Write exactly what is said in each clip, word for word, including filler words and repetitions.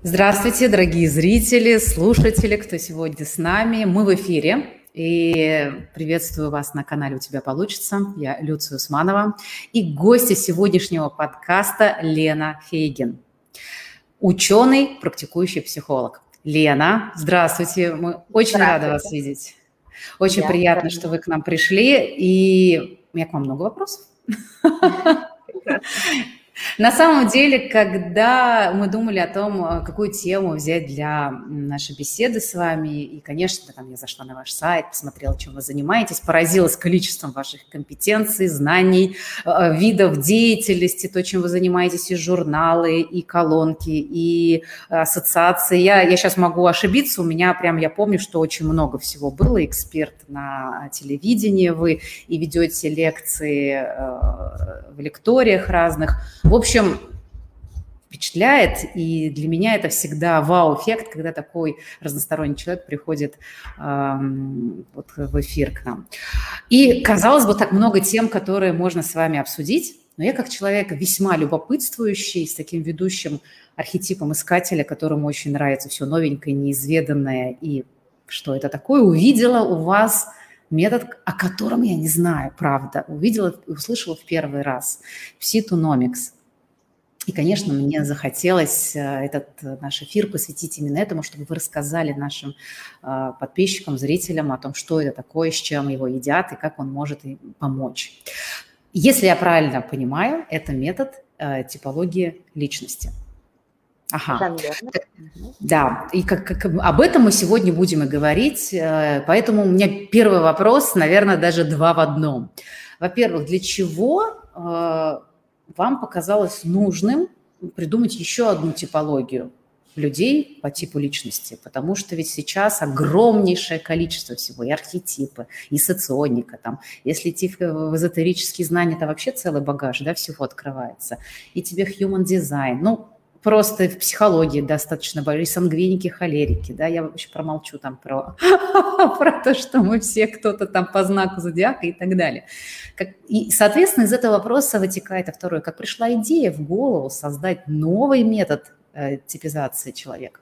Здравствуйте, дорогие зрители, слушатели, кто сегодня с нами. Мы в эфире, и приветствую вас на канале «У тебя получится». Я Люция Усманова и гостья сегодняшнего подкаста Лена Фейгин, ученый, практикующий психолог. Лена, здравствуйте, мы очень рады вас видеть. Очень Я приятно, что вы к нам пришли, и у меня к вам много вопросов. На самом деле, когда мы думали о том, какую тему взять для нашей беседы с вами, и, конечно, там я зашла на ваш сайт, посмотрела, чем вы занимаетесь, поразилась количеством ваших компетенций, знаний, видов деятельности, то, чем вы занимаетесь, и журналы, и колонки, и ассоциации. Я, я сейчас могу ошибиться, у меня прям, я помню, что очень много всего было, эксперт на телевидении вы, и ведете лекции в лекториях разных. В общем, впечатляет, и для меня это всегда вау-эффект, когда такой разносторонний человек приходит э, вот в эфир к нам. И, казалось бы, так много тем, которые можно с вами обсудить, но я как человек весьма любопытствующий, с таким ведущим архетипом искателя, которому очень нравится все новенькое, неизведанное, и что это такое, увидела у вас метод, о котором я не знаю, правда, увидела и услышала в первый раз, Psytonomics. И, конечно, мне захотелось этот наш эфир посвятить именно этому, чтобы вы рассказали нашим подписчикам, зрителям о том, что это такое, с чем его едят и как он может им помочь. Если я правильно понимаю, это метод типологии личности. Ага, да, и как, как, об этом мы сегодня будем и говорить, поэтому у меня первый вопрос, наверное, даже два в одном. Во-первых, для чего вам показалось нужным придумать еще одну типологию людей по типу личности? Потому что ведь сейчас огромнейшее количество всего, и архетипы, и соционика, там, если идти в эзотерические знания, это вообще целый багаж, да, всего открывается. И тебе human design, ну, просто в психологии достаточно большие, сангвиники, холерики, да, я вообще промолчу там про, про то, что мы все кто-то там по знаку зодиака и так далее. Как, и, соответственно, из этого вопроса вытекает, а второе, как пришла идея в голову создать новый метод э, типизации человека?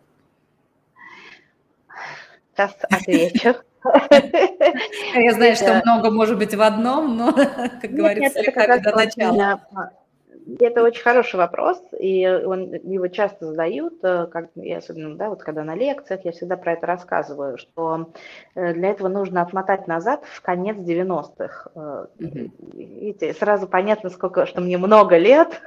Сейчас отвечу. Я знаю, что много может быть в одном, но, как говорится, слегка до начала. Это очень хороший вопрос, и он, его часто задают, как, и особенно, да, вот когда на лекциях, я всегда про это рассказываю, что для этого нужно отмотать назад в конец девяностых. Mm-hmm. Видите, сразу понятно, сколько, что мне много лет,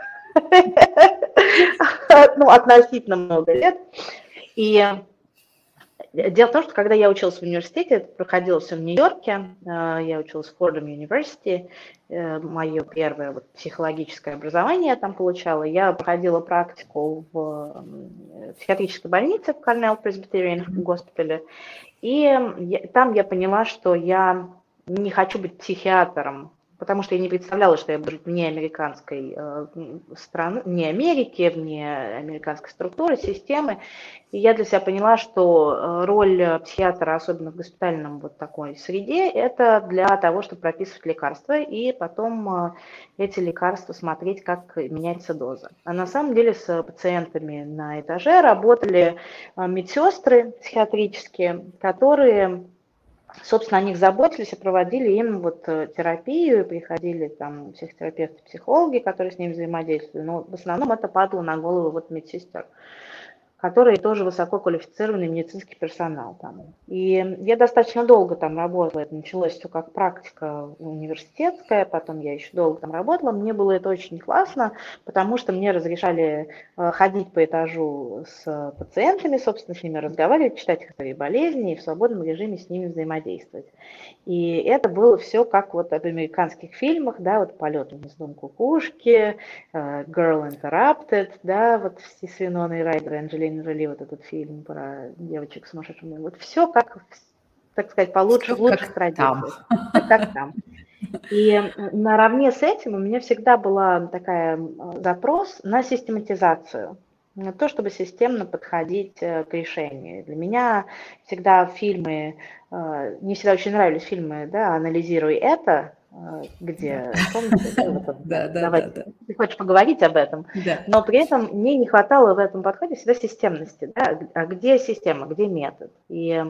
ну, относительно много лет, и дело в том, что когда я училась в университете, это проходило все в Нью-Йорке, я училась в Fordham University, мое первое вот, психологическое образование я там получала. Я проходила практику в психиатрической больнице в Cornell Presbyterian госпитале, и я, там я поняла, что я не хочу быть психиатром, потому что я не представляла, что я буду вне американской э, страны, вне Америки, вне американской структуры, системы. И я для себя поняла, что роль психиатра, особенно в госпитальном вот такой среде, это для того, чтобы прописывать лекарства и потом э, эти лекарства смотреть, как меняется доза. А на самом деле с пациентами на этаже работали э, медсестры психиатрические, которые... Собственно, о них заботились и проводили им вот терапию, приходили там психотерапевты, психологи, которые с ними взаимодействовали, но в основном это падало на голову вот медсестер, которые тоже высококвалифицированный медицинский персонал там. И я достаточно долго там работала, это началось все как практика университетская, потом я еще долго там работала, мне было это очень классно, потому что мне разрешали ходить по этажу с пациентами, собственно, с ними разговаривать, читать их истории болезни и в свободном режиме с ними взаимодействовать. И это было все как вот в американских фильмах, да, вот «Полет в гнездом кукушки», «Girl Interrupted», да, вот с Виноной Райдер и Анджелиной Джоли, вот этот фильм про девочек с сумасшедшим. Вот все как, так сказать, получше, в лучших традициях. Как там. И наравне с этим у меня всегда была такая запрос на систематизацию, на то, чтобы системно подходить к решению. Для меня всегда фильмы, мне всегда очень нравились фильмы, да, «Анализируй это», где, помните, да, вот, Да, да, давайте, да, да. ты хочешь поговорить об этом, Да. но при этом мне не хватало в этом подходе всегда системности, да, а где система, где метод, и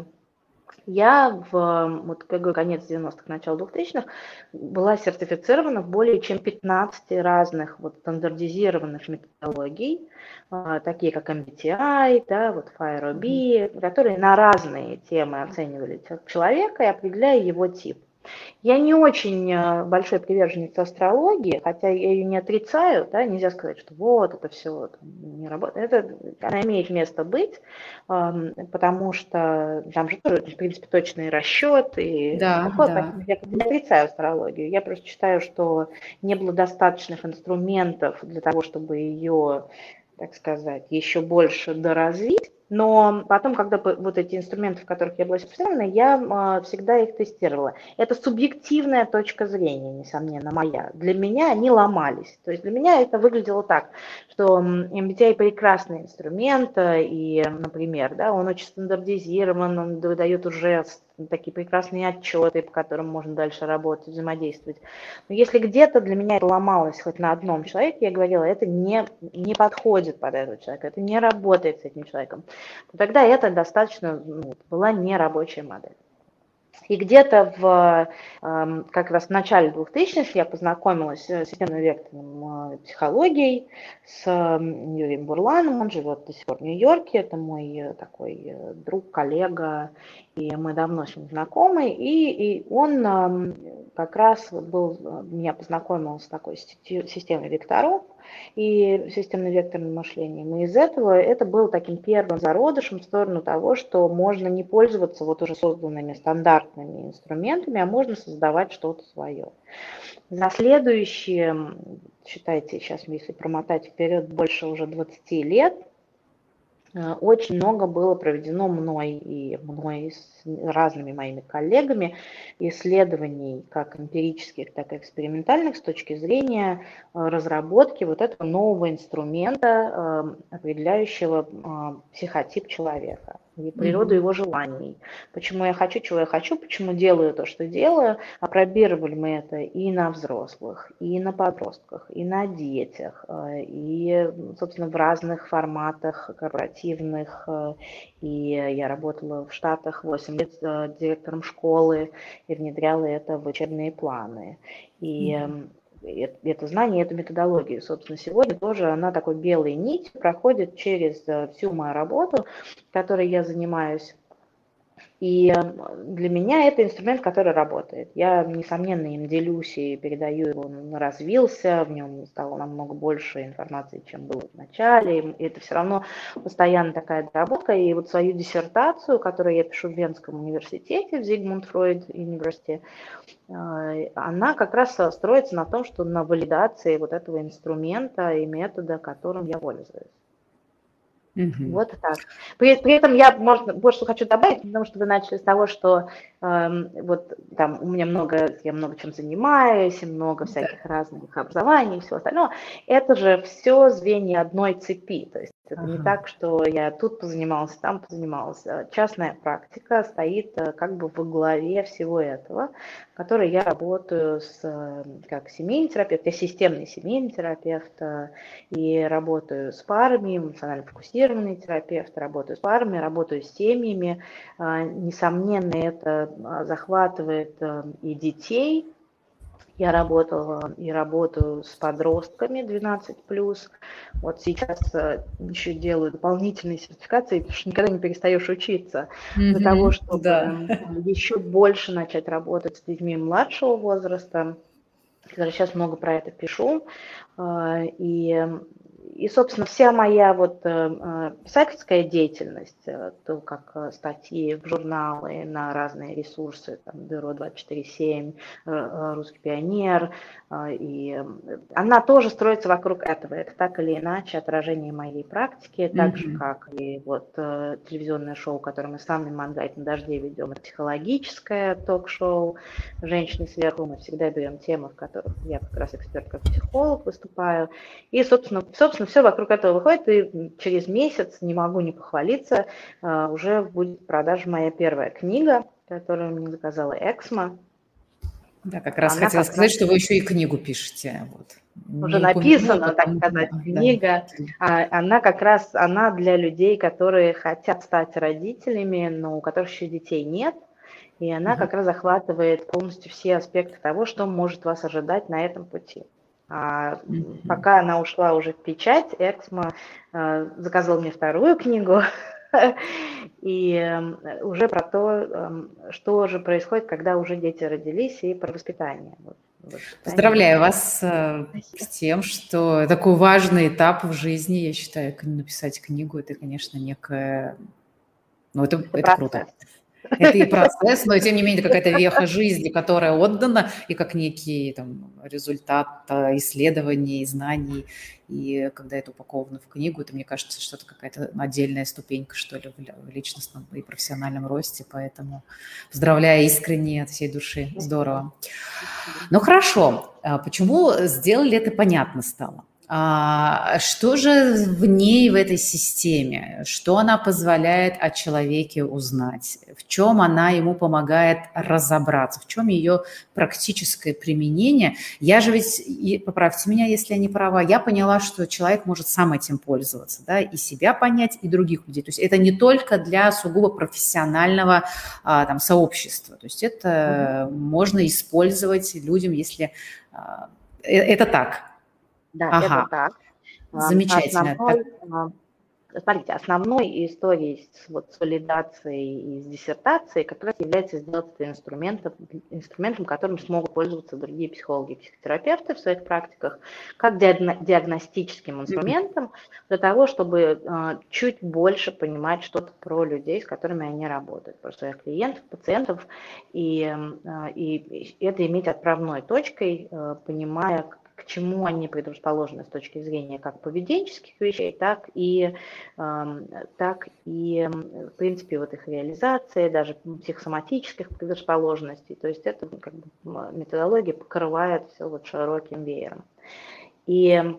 я в, вот, как говорю, конец девяностых, начало двухтысячных была сертифицирована в более чем пятнадцати разных вот, стандартизированных методологий, такие как эм би ти ай, да, вот эф ай ар о би, которые на разные темы оценивали человека и определяя его тип. Я не очень большой приверженец астрологии, хотя я ее не отрицаю, да, нельзя сказать, что вот это все не работает. Это, она имеет место быть, потому что там же тоже, в принципе, точный расчет и Да, такое, да. поэтому я не отрицаю астрологию. Я просто считаю, что не было достаточных инструментов для того, чтобы ее, так сказать, еще больше доразвить. Но потом, когда вот эти инструменты, в которых я была специальна, я всегда их тестировала. Это субъективная точка зрения, несомненно, моя. Для меня они ломались. То есть для меня это выглядело так, что эм би ти ай прекрасный инструмент, и, например, да, он очень стандартизирован, он выдает уже такие прекрасные отчеты, по которым можно дальше работать, взаимодействовать. Но если где-то для меня это ломалось хоть на одном человеке, я говорила, это не, не подходит под этого человека, это не работает с этим человеком, тогда это достаточно ну, была нерабочая модель. И где-то в как раз в начале двухтысячных я познакомилась с системно-векторной психологией, с Юрием Бурланом, он живет до сих пор в Нью-Йорке, это мой такой друг, коллега, и мы давно с ним знакомы, и, и он как раз был, меня познакомил с такой системой векторов и системно-векторным мышлением. И из этого это было таким первым зародышем в сторону того, что можно не пользоваться вот уже созданными стандартными инструментами, а можно создавать что-то свое. За следующие, считайте, сейчас если промотать вперед, больше уже двадцати лет, очень много было проведено мной и мной с разными моими коллегами исследований, как эмпирических, так и экспериментальных, с точки зрения разработки вот этого нового инструмента, определяющего психотип человека и природу mm-hmm. его желаний. Почему я хочу, чего я хочу, почему делаю то, что делаю. Опробировали мы это и на взрослых, и на подростках, и на детях, и, собственно, в разных форматах корпоративных. И я работала в Штатах восемь лет директором школы и внедряла это в учебные планы. И mm-hmm. это знание, эту методологию, собственно, сегодня тоже она такой белой нитью проходит через всю мою работу, которой я занимаюсь. И для меня это инструмент, который работает. Я, несомненно, им делюсь и передаю его, он развился, в нем стало намного больше информации, чем было в начале. И это все равно постоянно такая доработка. И вот свою диссертацию, которую я пишу в Венском университете, в Zigmund Freud University, она как раз строится на том, что на валидации вот этого инструмента и метода, которым я пользуюсь. Mm-hmm. Вот так. При, при этом я, может, больше хочу добавить, потому что вы начали с того, что э, вот там у меня много, я много чем занимаюсь, много всяких разных образований и всего остального. Это же все звенья одной цепи. То есть это uh-huh. не так, что я тут позанималась, там позанималась. Частная практика стоит как бы во главе всего этого, в которой я работаю с, как семейный терапевт, я системный семейный терапевт, и работаю с парами, эмоционально фокусированный терапевт, работаю с парами, работаю с семьями. Несомненно, это захватывает и детей. Я работала и работаю с подростками двенадцать плюс. Вот сейчас еще делаю дополнительные сертификации, потому что никогда не перестаешь учиться mm-hmm, для того, чтобы да. еще больше начать работать с детьми младшего возраста. Даже сейчас много про это пишу. И И, собственно, вся моя вот писательская деятельность, то как статьи в журналы на разные ресурсы, там, Бюро двадцать четыре семь, Русский пионер, и она тоже строится вокруг этого. Это так или иначе отражение моей практики, так mm-hmm. же, как и вот телевизионное шоу, которое мы с Анной Мангайт на дожде ведем, это психологическое ток-шоу «Женщины сверху». Мы всегда берем темы, в которых я как раз эксперт, как психолог выступаю. И, собственно, собственно, все вокруг этого выходит, и через месяц, не могу не похвалиться, уже будет в продаже моя первая книга, которую мне заказала Эксмо. Да, как раз Она хотела как сказать, раз что вы еще и книгу пишете. Вот. уже Не упомянула, написана, так потому сказать, да, да. книга. А, Она как раз, она для людей, которые хотят стать родителями, но у которых еще детей нет. И она Мгм. как раз захватывает полностью все аспекты того, что может вас ожидать на этом пути. А Мгм. пока она ушла уже в печать, Эксмо э, заказал мне вторую книгу, и э, уже про то, э, что же происходит, когда уже дети родились, и про воспитание. Вот, воспитание. Поздравляю вас э, с тем, что такой важный этап в жизни, я считаю, к- написать книгу, это, конечно, некое... Ну, это, Это это круто. процесс. Это и процесс, но тем не менее это какая-то веха жизни, которая отдана, и как некий там, результат а, исследований, знаний. И когда это упаковано в книгу, это, мне кажется, что это какая-то отдельная ступенька, что ли, в ля- в личностном и профессиональном росте. Поэтому поздравляю искренне от всей души. Спасибо. Здорово. Ну хорошо, а почему сделали это, понятно стало. А что же в ней, в этой системе? Что она позволяет о человеке узнать? В чем она ему помогает разобраться? В чем ее практическое применение? Я же ведь, и поправьте меня, если я не права, я поняла, что человек может сам этим пользоваться, да, и себя понять, и других людей. То есть это не только для сугубо профессионального а, там, сообщества. То есть это можно использовать людям, если а, э- это так. Да, это Ага, так. Ам, замечательно. Так, Основной, ам, смотрите, основной историей с, вот, с валидацией и с диссертацией как раз является сделать это инструментом, инструментом, которым смогут пользоваться другие психологи и психотерапевты в своих практиках, как диагно- диагностическим мгм. инструментом для того, чтобы а, чуть больше понимать что-то про людей, с которыми они работают, про своих клиентов, пациентов, и, а, и, и это иметь отправной точкой, а, понимая, к чему они предрасположены с точки зрения как поведенческих вещей, так и, эм, так и эм, в принципе, вот их реализации, даже психосоматических предрасположенностей. То есть это как бы методология покрывает все вот широким веером. И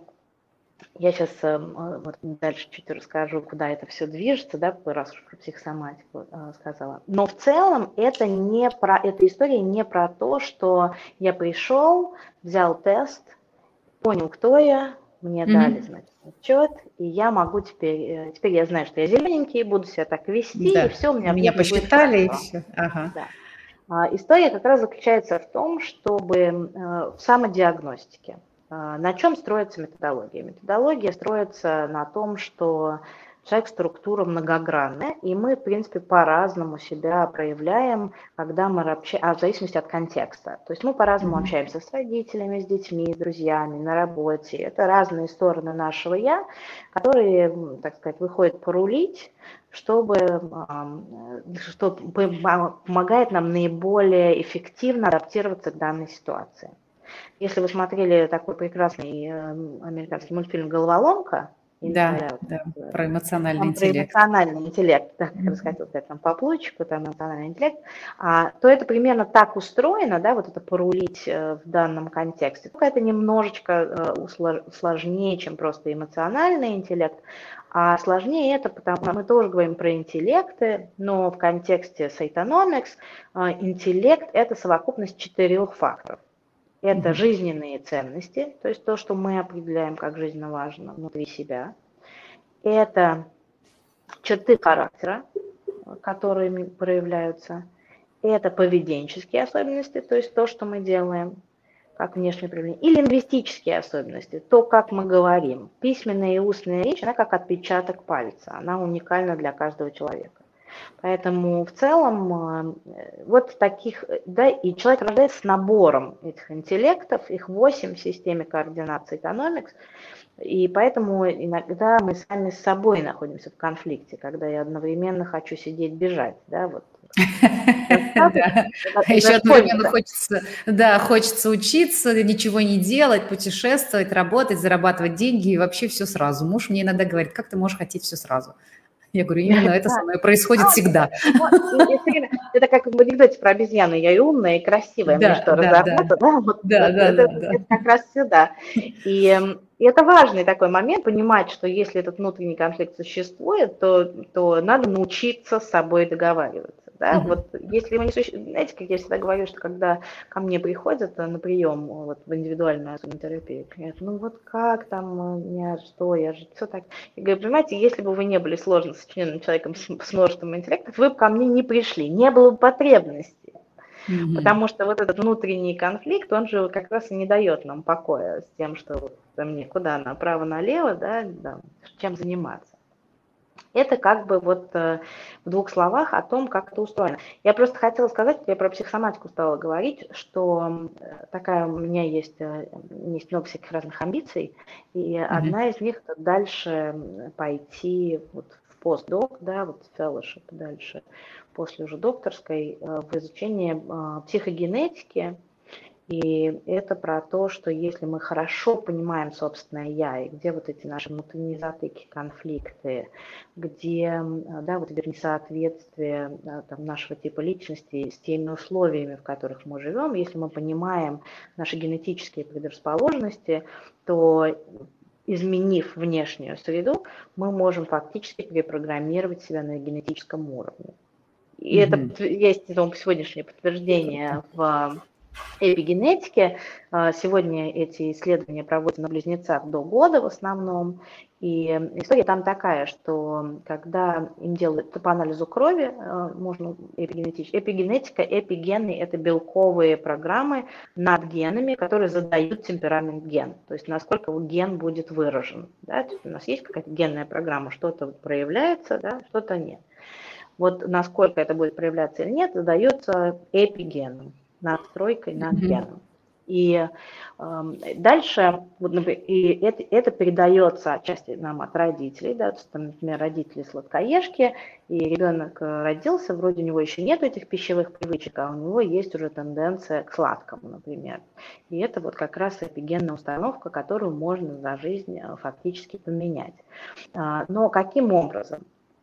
я сейчас вот дальше чуть расскажу, куда это все движется, да, раз уж про психосоматику э, сказала. Но в целом это не про, эта история не про то, что я пришел, взял тест, понял, кто я, мне дали, Мгм. значит, отчет, и я могу теперь, теперь я знаю, что я зелененький, буду себя так вести, и Да, все, у меня в меня жизни будет посчитали и хорошо. все. Ага. Да. История как раз заключается в том, чтобы в самодиагностике. На чем строится методология? Методология строится на том, что человек структура многогранная, и мы, в принципе, по-разному себя проявляем, когда мы общаемся, а в зависимости от контекста. То есть мы по-разному Мгм. общаемся с родителями, с детьми, с друзьями, на работе. Это разные стороны нашего «я», которые, так сказать, выходят порулить, чтобы, что помогает нам наиболее эффективно адаптироваться к данной ситуации. Если вы смотрели такой прекрасный американский мультфильм «Головоломка», я не знаю, Да, да, про эмоциональный там про интеллект. эмоциональный интеллект, да, как раз Мгм. хотел сказать, там по плойчику, там эмоциональный интеллект, а, то это примерно так устроено, да, вот это порулить э, в данном контексте. Только это немножечко э, услож, сложнее, чем просто эмоциональный интеллект, а сложнее это, потому что мы тоже говорим про интеллекты, но в контексте Siteonomics э, интеллект – это совокупность четырех факторов. Это Мгм. жизненные ценности, то есть то, что мы определяем как жизненно важно внутри себя. Это черты характера, которыми проявляются. Это поведенческие особенности, то есть то, что мы делаем, как внешнее проявление. И лингвистические особенности, то, как мы говорим. Письменная и устная речь, она как отпечаток пальца, она уникальна для каждого человека. Поэтому в целом вот таких, да, и человек рождается с набором этих интеллектов, их восемь в системе координации Siteonomics, и поэтому иногда мы сами с собой находимся в конфликте, когда я одновременно хочу сидеть, бежать, да, вот. Да. Это, А это еще одновременно школьница. хочется, да, хочется учиться, ничего не делать, путешествовать, работать, зарабатывать деньги и вообще все сразу. Муж мне иногда говорит: как ты можешь хотеть все сразу? Я говорю: именно это со Да. мной происходит А, всегда. и- и всё время- Это как в анекдоте про обезьяну. Я и умная, и красивая. Мне Да, что, да, да, разобраться? Да, вот да, это, да, это- да, да. это как раз сюда. И, эм, и это важный такой момент, понимать, что если этот внутренний конфликт существует, то, то надо научиться с собой договариваться. Да? Мгм. Вот если вы не существуете, знаете, как я всегда говорю, что когда ко мне приходят на прием вот, в индивидуальную терапию, говорят, ну вот как там, у меня что, я же все так. Я говорю, понимаете, если бы вы не были сложно сочиненным человеком с, с множеством интеллектов, вы бы ко мне не пришли, не было бы потребности. Мгм. Потому что вот этот внутренний конфликт, он же как раз и не дает нам покоя с тем, что вот, мне куда, направо-налево, да, да, чем заниматься. Это как бы вот э, в двух словах о том, как это устроено. Я просто хотела сказать, я про психосоматику стала говорить, что э, такая у меня есть, э, есть много всяких разных амбиций, и Мгм. одна из них это дальше пойти вот в постдок, да, вот fellowship дальше, после уже докторской, э, в изучение э, психогенетики. И это про то, что если мы хорошо понимаем собственное «я», и где вот эти наши внутренние затыки, конфликты, где, да, вот это несоответствие да, там, нашего типа личности с теми условиями, в которых мы живем, если мы понимаем наши генетические предрасположенности, то, изменив внешнюю среду, мы можем фактически перепрограммировать себя на генетическом уровне. И это Мгм. есть сегодняшнее подтверждение Круто. в эпигенетике. Сегодня эти исследования проводятся на близнецах до года в основном. И история там такая, что когда им делают по анализу крови, можно эпигенетика, эпигенетика, эпигены – это белковые программы над генами, которые задают темперамент ген. То есть насколько ген будет выражен. Да? У нас есть какая-то генная программа, что-то проявляется, да, что-то нет. Вот насколько это будет проявляться или нет, задается эпигеном, настройкой над Мгм. геном. И э, дальше вот, например, и это, это передается отчасти нам от родителей, да, то есть, там, например, родители сладкоежки, и ребенок родился, вроде у него еще нет этих пищевых привычек, а у него есть уже тенденция к сладкому, например. И это вот как раз эпигенная установка, которую можно за жизнь фактически поменять. Но каким образом?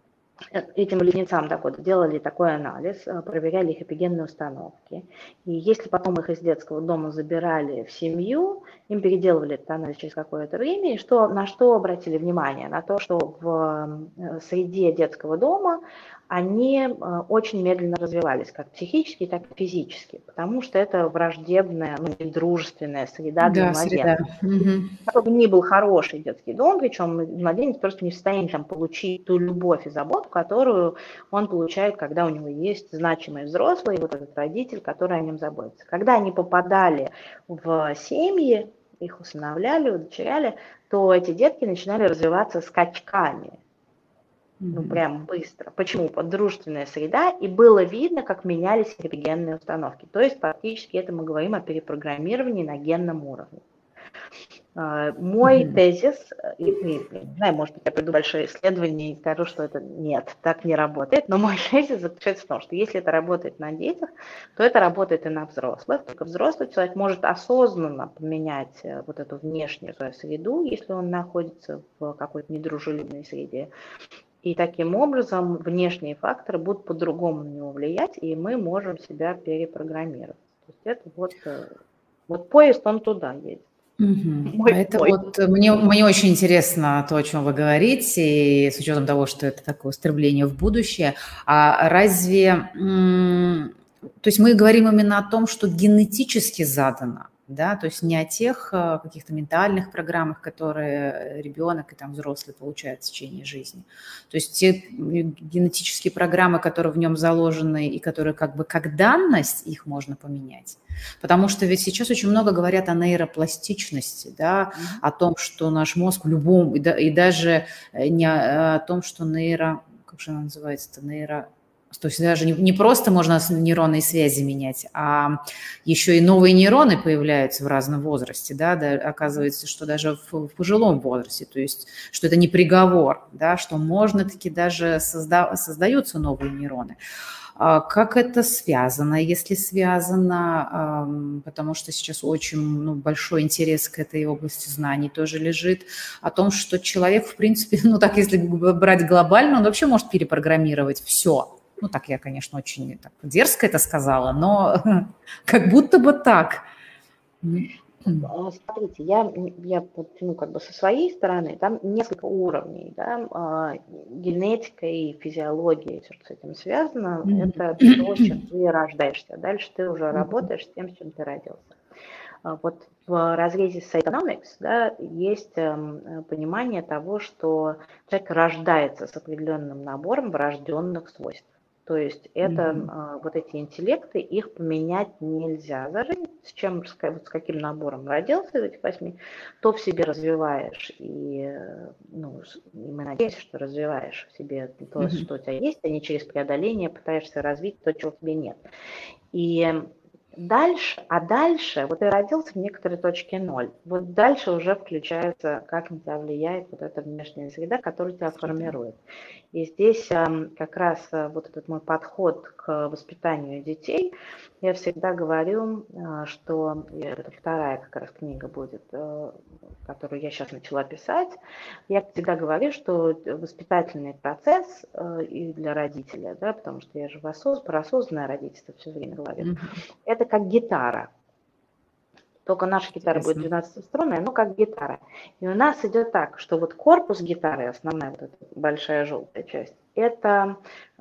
Этим близнецам так вот делали такой анализ, проверяли их эпигенные установки. И если потом их из детского дома забирали в семью, им переделывали этот анализ через какое-то время, и что, на что обратили внимание? На то, что в среде детского дома они очень медленно развивались, как психически, так и физически, потому что это враждебная, ну, недружественная среда для Да, среда. младенцев. Мгм. Какой бы ни был хороший детский дом, причем младенец просто не в состоянии там, получить ту любовь и заботу, которую он получает, когда у него есть значимый взрослый, вот этот родитель, который о нем заботится. Когда они попадали в семьи, их усыновляли, удочеряли, то эти детки начинали развиваться скачками. Ну, Мгм. прям быстро. Почему? Дружественная среда, и было видно, как менялись эпигенные установки. То есть, фактически, это мы говорим о перепрограммировании на генном уровне. Мой Мгм. тезис, и, и, не знаю, может быть, я приду большое исследование и скажу, что это нет, так не работает, но мой тезис заключается в том, что если это работает на детях, то это работает и на взрослых. Только взрослый человек может осознанно поменять вот эту внешнюю свою среду, если он находится в какой-то недружелюбной среде. И таким образом внешние факторы будут по-другому на него влиять, и мы можем себя перепрограммировать. То есть это вот, вот поезд, он туда едет. Мгм. А Мой, это мой. вот мне, мне очень интересно то, о чем вы говорите, и с учетом того, что это такое устремление в будущее. А разве, м, то есть мы говорим именно о том, что генетически задано, да, то есть не о тех э, каких-то ментальных программах, которые ребенок и там взрослый получают в течение жизни. То есть те генетические программы, которые в нем заложены и которые как бы как данность, их можно поменять. Потому что ведь сейчас очень много говорят о нейропластичности, да, Мгм. о том, что наш мозг в любом, и, да, и даже не о, о том, что нейро, как же она называется-то, нейро, то есть даже не, не просто можно нейронные связи менять, а еще и новые нейроны появляются в разном возрасте, да, да, оказывается, что даже в, в пожилом возрасте, то есть что это не приговор, да, что можно таки даже созда, создаются новые нейроны. Как это связано, если связано, потому что сейчас очень ну, большой интерес к этой области знаний тоже лежит, о том, что человек, в принципе, ну так, если брать глобально, он вообще может перепрограммировать все. Ну так я, конечно, очень так, дерзко это сказала, но как будто бы так. Смотрите, я, я ну, как бы со своей стороны, там несколько уровней, да, генетика и физиология, все, что с этим связано, это то, с чем ты рождаешься. Дальше ты уже работаешь с тем, с чем ты родился. Вот в разрезе Cytonomics, да, есть понимание того, что человек рождается с определенным набором врожденных свойств. То есть это mm-hmm. вот эти интеллекты, их поменять нельзя. За жизнь, с чем, с каким набором родился из этих восьми, то в себе развиваешь. И, ну, и мы надеемся, что развиваешь в себе то, mm-hmm. что у тебя есть, а не через преодоление пытаешься развить то, чего в тебе нет. И дальше, а дальше, вот ты родился в некоторой точке ноль, вот дальше уже включается, как на тебя влияет вот эта внешняя среда, которая тебя формирует. И здесь как раз вот этот мой подход к воспитанию детей, я всегда говорю, что это вторая как раз книга будет, которую я сейчас начала писать, я всегда говорю, что воспитательный процесс и для родителя, да, потому что я же в осоз... про осознанное родительство все время говорю, mm-hmm. это как гитара. Только наша гитара Интересно. Будет двенадцатиструнная, но как гитара. И у нас идет так, что вот корпус гитары, основная вот эта большая желтая часть, это,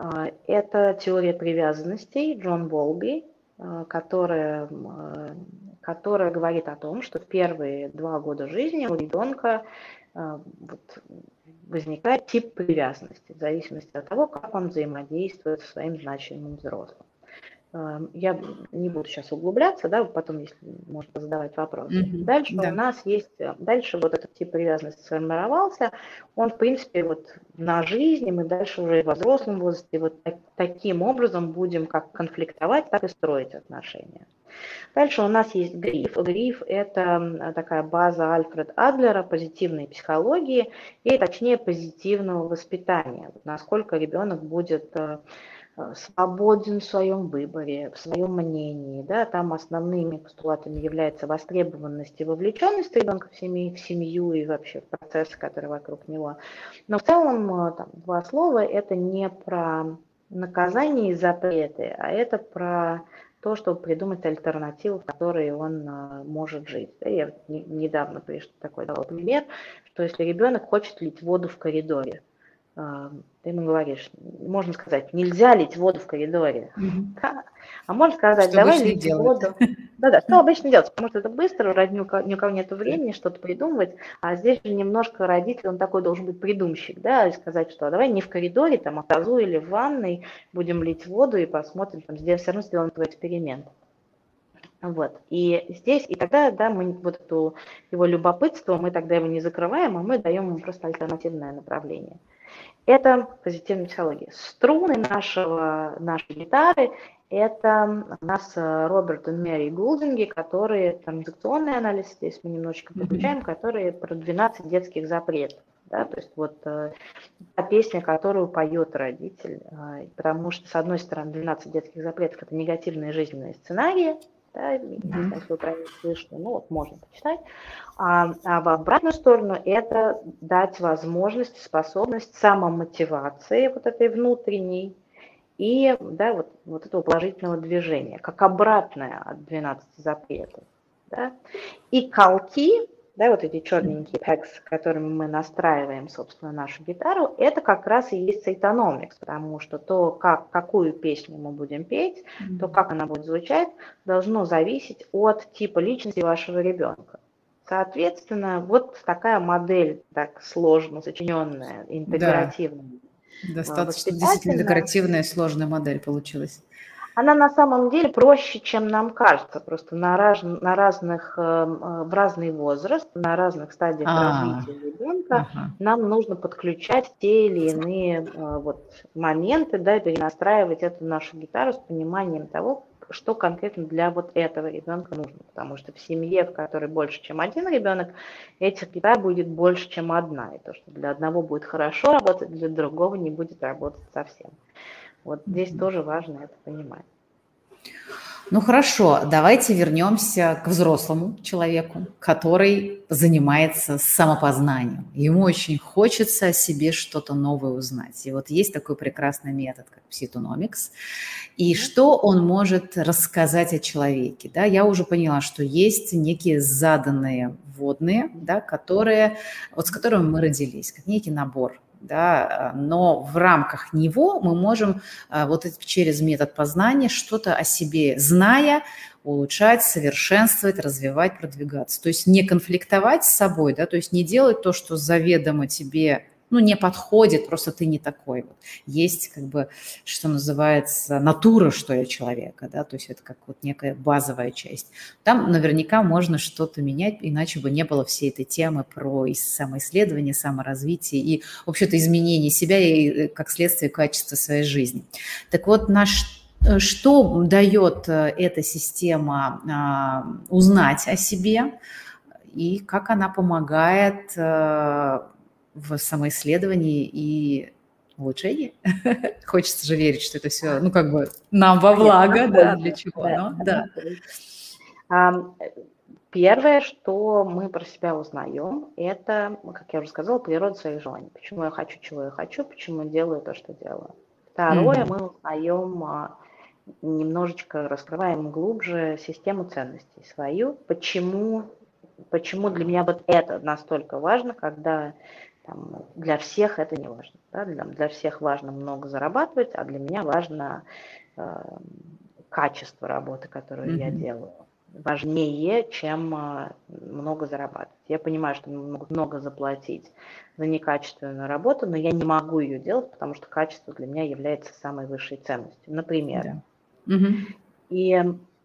это теория привязанностей Джон Болби, которая, которая говорит о том, что в первые два года жизни у ребенка вот, возникает тип привязанности в зависимости от того, как он взаимодействует со своим значимым взрослым. Я не буду сейчас углубляться, да, потом, если можно задавать вопросы. Mm-hmm. Дальше да. у нас есть, дальше вот этот тип привязанности сформировался, он, в принципе, вот на жизни, мы дальше уже во взрослом возрасте вот так, таким образом будем как конфликтовать, так и строить отношения. Дальше у нас есть гриф. Гриф – это такая база Альфреда Адлера позитивной психологии и, точнее, позитивного воспитания. Насколько ребенок будет свободен в своем выборе, в своем мнении. Да? Там основными постулатами является востребованность и вовлеченность ребенка в семью, в семью и вообще в процессы, которые вокруг него. Но в целом там, два слова – это не про наказание и запреты, а это про то, чтобы придумать альтернативу, в которой он а, может жить. Да, я не, недавно такой дала пример, что если ребенок хочет лить воду в коридоре, а, ты ему говоришь, можно сказать, нельзя лить воду в коридоре. Mm-hmm. Да. А можно сказать, что давай лить воду. Да-да, что обычно делать? Потому что это быстро, ради ни у кого, ни у кого нет времени что-то придумывать, а здесь же немножко родитель, он такой должен быть придумщик, да, и сказать, что давай не в коридоре, там, а в тазу или в ванной будем лить воду и посмотрим, там, здесь все равно сделаем твой эксперимент. Вот, и здесь, и тогда, да, мы вот эту, его любопытство, мы тогда его не закрываем, а мы даем ему просто альтернативное направление. Это позитивная психология. Струны нашего, нашей гитары – это у нас Роберт и Мэри Гулдинги, которые, транзакционный анализ, здесь мы немножечко подключаем, mm-hmm. которые про двенадцать детских запретов. Да, то есть вот э, та песня, которую поет родитель, э, потому что, с одной стороны, двенадцать детских запретов – это негативные жизненные сценарии, да, mm-hmm. если вы правильно слышите, ну вот можно почитать. А, а в обратную сторону это дать возможность, способность самомотивации вот этой внутренней и да, вот, вот этого положительного движения, как обратное от двенадцати запретов. Да. И колки, да, вот эти черненькие pegs, которыми мы настраиваем, собственно, нашу гитару, это как раз и есть Cytonomics, потому что то, как, какую песню мы будем петь, mm-hmm. то, как она будет звучать, должно зависеть от типа личности вашего ребенка. Соответственно, вот такая модель, так сложно сочиненная, интегративная. Да. Достаточно действительно декоративная, сложная модель получилась. Она на самом деле проще, чем нам кажется, просто на, раз, на разных, в разный возраст, на разных стадиях А-а-а. развития ребенка ага. нам нужно подключать те или иные вот, моменты, да, перенастраивать эту нашу гитару с пониманием того, что конкретно для вот этого ребенка нужно, потому что в семье, в которой больше, чем один ребенок, этих гитар будет больше, чем одна, и то, что для одного будет хорошо работать, для другого не будет работать совсем. Вот здесь mm-hmm. тоже важно это понимать. Ну хорошо, давайте вернемся к взрослому человеку, который занимается самопознанием. Ему очень хочется о себе что-то новое узнать. И вот есть такой прекрасный метод, как Psytonomics. И что он может рассказать о человеке? Да, я уже поняла, что есть некие заданные вводные, да, которые, вот с которыми мы родились, как некий набор. Да, но в рамках него мы можем вот через метод познания что-то о себе, зная, улучшать, совершенствовать, развивать, продвигаться. То есть не конфликтовать с собой, да, то есть не делать то, что заведомо тебе, ну, не подходит, просто ты не такой. Вот. Есть, как бы, что называется, натура, что я человека, да, то есть это как вот некая базовая часть. Там наверняка можно что-то менять, иначе бы не было всей этой темы про самоисследование, саморазвитие и, вообще-то, изменение себя и, как следствие, качества своей жизни. Так вот, наш что дает эта система а, узнать о себе и как она помогает а, в самоисследовании и улучшении? Хочется же верить, что это все, ну, как бы нам во благо, да, для чего, но, да. Первое, что мы про себя узнаем, это, как я уже сказала, природа своих желаний. Почему я хочу, чего я хочу, почему делаю то, что делаю. Второе, mm-hmm. мы узнаем, немножечко раскрываем глубже систему ценностей свою. Почему, почему для меня вот это настолько важно, когда там, для всех это не важно. Да? Для, для всех важно много зарабатывать, а для меня важно э, качество работы, которую mm-hmm. я делаю. Важнее, чем много зарабатывать. Я понимаю, что мне могут много заплатить за некачественную работу, но я не могу ее делать, потому что качество для меня является самой высшей ценностью, например. Да. Угу. И,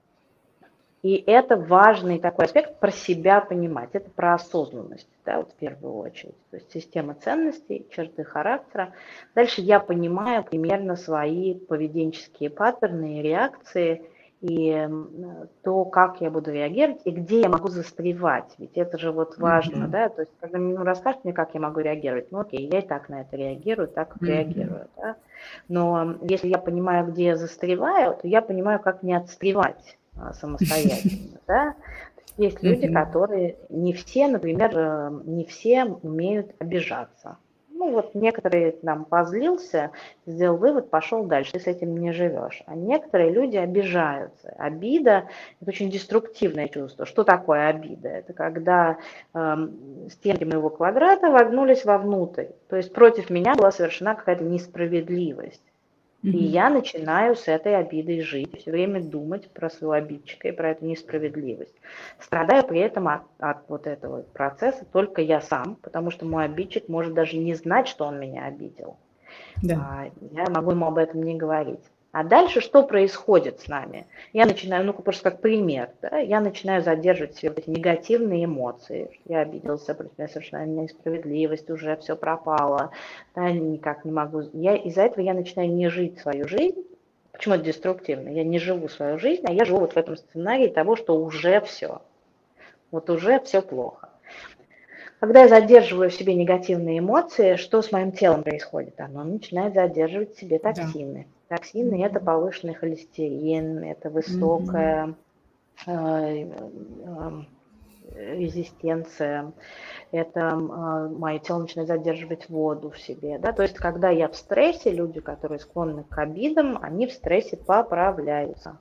и это важный такой аспект про себя понимать, это про осознанность, да, вот в первую очередь. То есть система ценностей, черты характера. Дальше я понимаю примерно свои поведенческие паттерны и реакции, и то, как я буду реагировать, и где я могу застревать. Ведь это же вот важно, mm-hmm. да, то есть, когда ну, расскажут мне, как я могу реагировать, ну, окей, я и так на это реагирую, так как mm-hmm. реагирую, да. Но если я понимаю, где я застреваю, то я понимаю, как не отстревать а, самостоятельно, да. Есть люди, которые, не все, например, не все умеют обижаться. Ну вот некоторые там позлился, сделал вывод, пошел дальше, ты с этим не живешь. А некоторые люди обижаются. Обида – это очень деструктивное чувство. Что такое обида? Это когда э, стенки моего квадрата вогнулись вовнутрь. То есть против меня была совершена какая-то несправедливость. И я начинаю с этой обидой жить, все время думать про своего обидчика и про эту несправедливость. Страдаю при этом от, от вот этого процесса только я сам, потому что мой обидчик может даже не знать, что он меня обидел. Да. Я могу ему об этом не говорить. А дальше что происходит с нами? Я начинаю, ну просто как пример, да, я начинаю задерживать все эти негативные эмоции. Я обиделся, против меня совершенно несправедливость, уже все пропало, да, никак не могу. Я, из-за этого я начинаю не жить свою жизнь. Почему это деструктивно? Я не живу свою жизнь, а я живу вот в этом сценарии того, что уже все. Вот уже все плохо. Когда я задерживаю в себе негативные эмоции, что с моим телом происходит? Оно начинает задерживать в себе токсины. Да. Токсины mm-hmm. – это повышенный холестерин, это высокая mm-hmm. э, э, резистенция, это э, мое тело начинает задерживать воду в себе. Да? То есть, когда я в стрессе, люди, которые склонны к обидам, они в стрессе поправляются.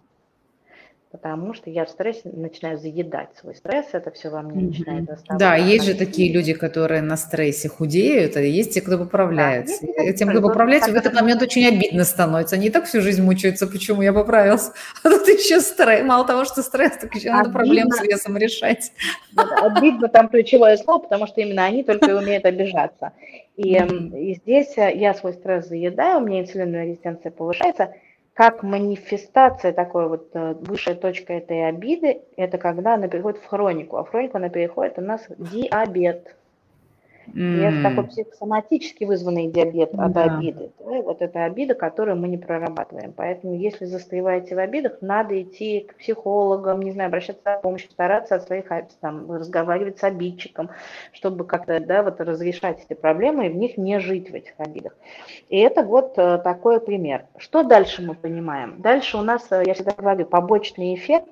Потому что я в стрессе начинаю заедать свой стресс, это все во мне mm-hmm. начинает оставаться. Да, есть же такие люди, которые на стрессе худеют, а есть те, кто поправляется. Да, тем, кто поправляется, в этот момент очень обидно становится. Они и так всю жизнь мучаются, почему я поправился. А тут еще стресс. Мало того, что стресс, так еще надо проблем с весом решать. Обидно там ключевое слово, потому что именно они только и умеют обижаться. И, mm-hmm. и здесь я свой стресс заедаю, у меня инсулиновая резистенция повышается. Как манифестация такой вот высшая точка этой обиды, это когда она переходит в хронику, а в хронику она переходит у нас диабет. И это такой М, психосоматически вызванный диабет от Да. обиды. Да? Вот это обида, которую мы не прорабатываем. Поэтому если застреваете в обидах, надо идти к психологам, не знаю, обращаться за помощью, стараться от своих, там, разговаривать с обидчиком, чтобы как-то, да, вот разрешать эти проблемы и в них не жить, в этих обидах. И это вот э, такой пример. Что дальше мы понимаем? Дальше у нас, э, я всегда говорю, побочный эффект.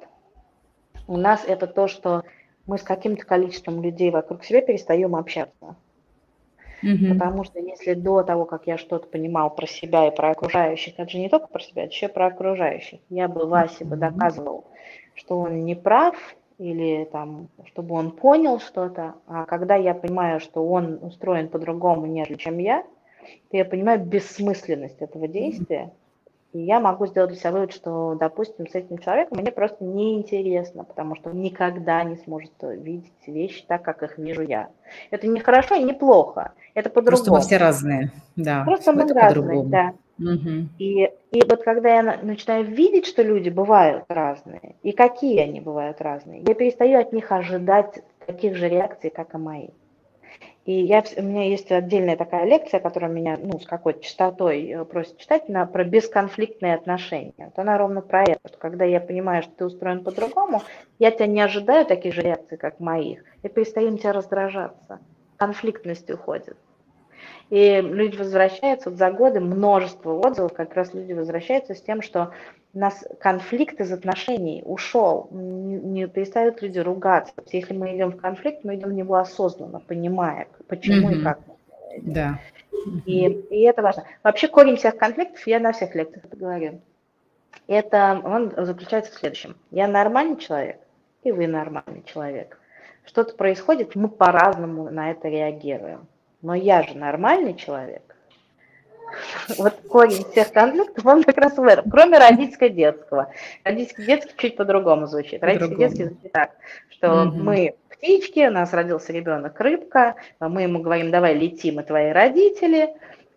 У нас это то, что мы с каким-то количеством людей вокруг себя перестаем общаться. Мгм. Потому что если до того, как я что-то понимал про себя и про окружающих, это же не только про себя, это еще про окружающих. Я бы Васе бы Мгм. доказывал, что он не прав, или там, чтобы он понял что-то, а когда я понимаю, что он устроен по-другому, нежели чем я, то я понимаю бессмысленность этого действия, и я могу сделать для себя вывод, что, допустим, с этим человеком мне просто неинтересно, потому что он никогда не сможет видеть вещи так, как их вижу я. Это не хорошо и не плохо, это Просто мы все по-другому. разные. Да, Просто это мы разные, по-другому. да. Мгм. И, и вот когда я начинаю видеть, что люди бывают разные, и какие они бывают разные, я перестаю от них ожидать таких же реакций, как и мои. И я, у меня есть отдельная такая лекция, которая меня, ну, с какой-то частотой просит читать, на, про бесконфликтные отношения. Вот она ровно про это, что когда я понимаю, что ты устроен по-другому, я тебя не ожидаю таких же реакций, как моих, и перестаю на тебя раздражаться. Конфликтность уходит. И люди возвращаются, вот за годы множество отзывов, как раз люди возвращаются с тем, что у нас конфликт из отношений ушел, не, не перестают люди ругаться. Если мы идем в конфликт, мы идем в него осознанно, понимая, почему и Мгм. как мы туда идем. Да. И, Мгм. и это важно. Вообще корень всех конфликтов, я на всех лекциях это говорю, это он заключается в следующем. Я нормальный человек, и вы нормальный человек. Что-то происходит, мы по-разному на это реагируем. Но я же нормальный человек. Вот корень всех конфликтов, он как раз в этом, кроме родительско-детского. Родительско-детский чуть по-другому звучит. Родительско-детский По-другому. звучит так, что Мгм. мы птички, у нас родился ребенок рыбка, мы ему говорим, давай лети, мы твои родители,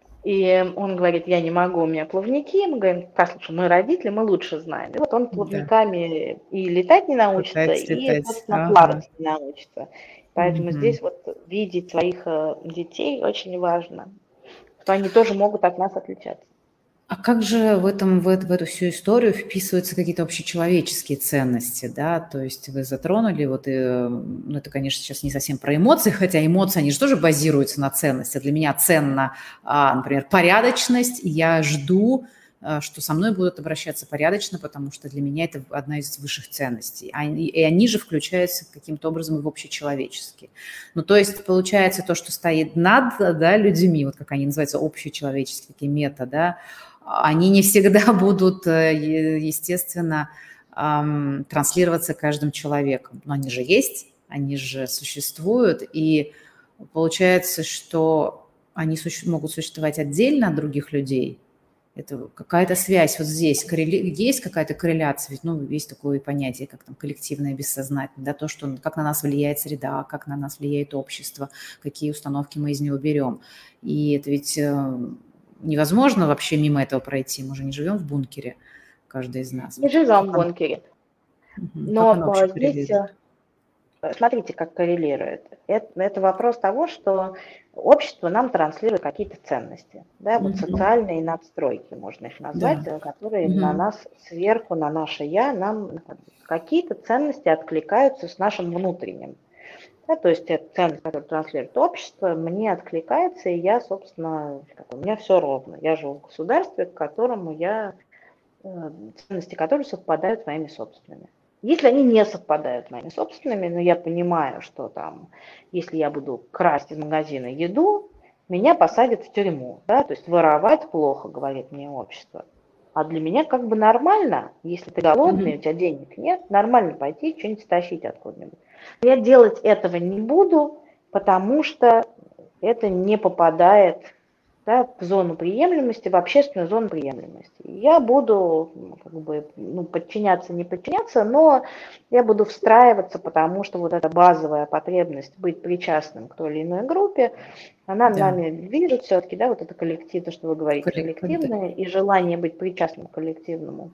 и он говорит, я не могу, у меня плавники, мы говорим, послушай, мы родители, мы лучше знаем. И вот он Да. плавниками и летать не научится, Пытается и, летать. собственно, Ага. плавать не научится. Поэтому Мгм. здесь вот видеть своих э, детей очень важно, что они тоже могут от нас отличаться. А как же в этом, в, эт- в эту всю историю вписываются какие-то общечеловеческие ценности, да? То есть вы затронули, вот, э, ну, это, конечно, сейчас не совсем про эмоции, хотя эмоции, они же тоже базируются на ценности. Для меня ценна, а, например, порядочность, и я жду, а, что со мной будут обращаться порядочно, потому что для меня это одна из высших ценностей. Они- И они же включаются каким-то образом и в общечеловеческие. Ну, то есть получается то, что стоит над, да, людьми, вот как они называются, общечеловеческие такие мета, да, они не всегда будут, э, естественно, транслироваться каждым человеком. Но они же есть, они же существуют, и получается, что они суще- могут существовать отдельно от других людей. Это какая-то связь вот здесь, коррели... есть какая-то корреляция, ведь, ну, есть такое понятие, как там коллективное бессознательное, да, то, что, как на нас влияет среда, как на нас влияет общество, какие установки мы из него берем. И это ведь э, невозможно вообще мимо этого пройти, мы же не живем в бункере, каждый из нас. Не Вот живем в как оно, бункере. мгм, как оно Но вообще э, здесь коррелирует? э, смотрите, как коррелирует. Это, это вопрос того, что общество нам транслирует какие-то ценности. Да, вот Мгм. социальные надстройки, можно их назвать, Да. э, которые на Мгм. нас сверху, на наше «я», нам какие-то ценности откликаются с нашим внутренним. Да, то есть эта ценность, которую транслирует общество, мне откликается, и я, собственно, как, у меня все ровно. Я живу в государстве, к которому я, э, ценности которых совпадают с моими собственными. Если они не совпадают с моими собственными, но я понимаю, что там, если я буду красть из магазина еду, меня посадят в тюрьму. Да? То есть воровать плохо, говорит мне общество. А для меня как бы нормально, если ты голодный, у Мгм. тебя денег нет, нормально пойти что-нибудь стащить откуда-нибудь. Но я делать этого не буду, потому что это не попадает, да, в зону приемлемости, в общественную зону приемлемости. Я буду, ну, как бы, ну, подчиняться, не подчиняться, но я буду встраиваться, потому что вот эта базовая потребность быть причастным к той или иной группе, она Да. нами движет все-таки, да, вот это коллектив, то, что вы говорите, Коллектив, да. коллективное, и желание быть причастным к коллективному.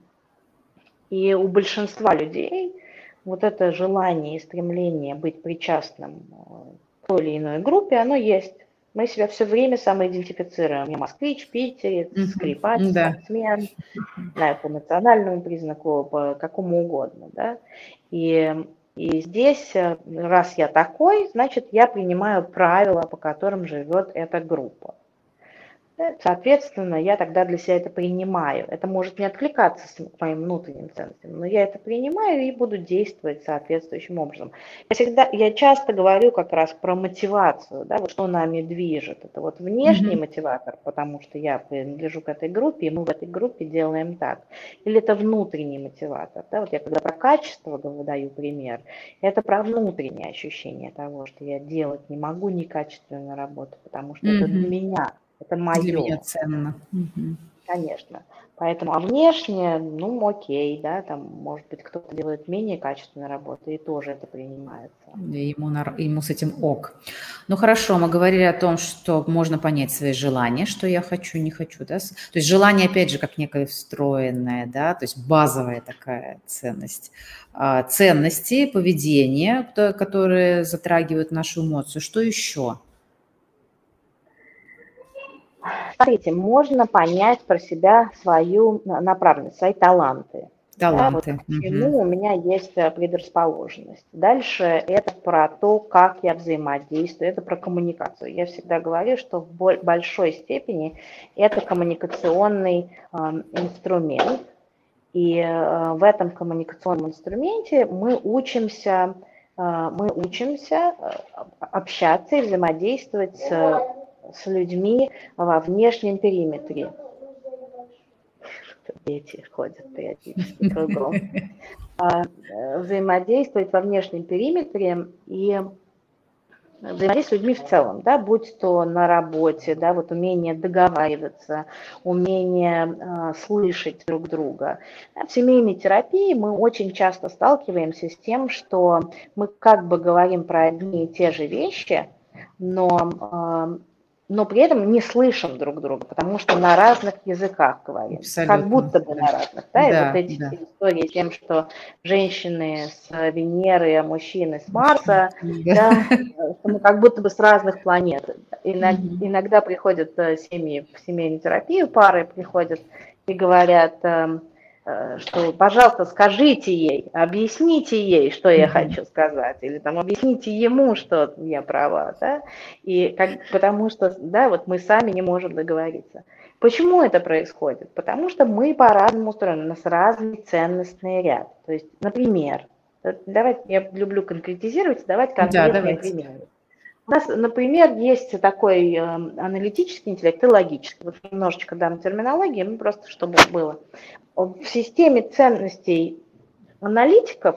И у большинства людей вот это желание и стремление быть причастным той или иной группе, оно есть. Мы себя все время самоидентифицируем. Я москвич, питерец, скрипач, Да. спортсмен, знаю, по национальному признаку, по какому угодно. Да? И, и здесь, раз я такой, значит, я принимаю правила, по которым живет эта группа. Соответственно, я тогда для себя это принимаю. Это может не откликаться с моим внутренним ценностям, но я это принимаю и буду действовать соответствующим образом. Я, всегда, я часто говорю как раз про мотивацию, да, вот что нами движет. Это вот внешний mm-hmm. мотиватор, потому что я принадлежу к этой группе, и мы в этой группе делаем так. Или это внутренний мотиватор. Да, вот я когда про качество выдаю пример, это про внутреннее ощущение того, что я делать не могу некачественную работу, потому что mm-hmm. это для меня. Это мое. Для меня ценно. Угу. Конечно. Поэтому, а внешне, ну, окей, да, там, может быть, кто-то делает менее качественную работу, и тоже это принимается. Ему, ему с этим ок. Ну, хорошо, мы говорили о том, что можно понять свои желания, что я хочу, не хочу, да. То есть желание, опять же, как некое встроенное, да, то есть базовая такая ценность. А, ценности, поведение, которые затрагивают нашу эмоцию. Что еще? Смотрите, можно понять про себя свою направленность, свои таланты. Таланты. Да, вот к чему угу. у меня есть предрасположенность. Дальше это про то, как я взаимодействую, это про коммуникацию. Я всегда говорю, что в большой степени это коммуникационный э, инструмент. И э, в этом коммуникационном инструменте мы учимся, э, мы учимся общаться и взаимодействовать с с людьми во внешнем периметре. Дети ходят периодически кругом. Взаимодействовать во внешнем периметре и взаимодействовать с людьми в целом, да, будь то на работе, да, вот умение договариваться, умение э, слышать друг друга. В семейной терапии мы очень часто сталкиваемся с тем, что мы как бы говорим про одни и те же вещи, но э, но при этом не слышим друг друга, потому что на разных языках говорим. Абсолютно. Как будто бы на разных. Да? Да, и вот эти да. истории с тем, что женщины с Венеры, а мужчины с Марса, да. Да, что мы как будто бы с разных планет. Иногда, mm-hmm. иногда приходят семьи в семейную терапию, пары приходят и говорят, что, пожалуйста, скажите ей, объясните ей, что я mm-hmm. хочу сказать, или там объясните ему, что я права, да, и как, потому что, да, вот мы сами не можем договориться. Почему это происходит? Потому что мы по-разному устроены, у нас разный ценностный ряд. То есть, например, давайте, я люблю конкретизировать, давайте конкретные да, примеры. У нас, например, есть такой э, аналитический интеллект и логический. Вот немножечко дам терминологии, ну просто чтобы было. В системе ценностей аналитиков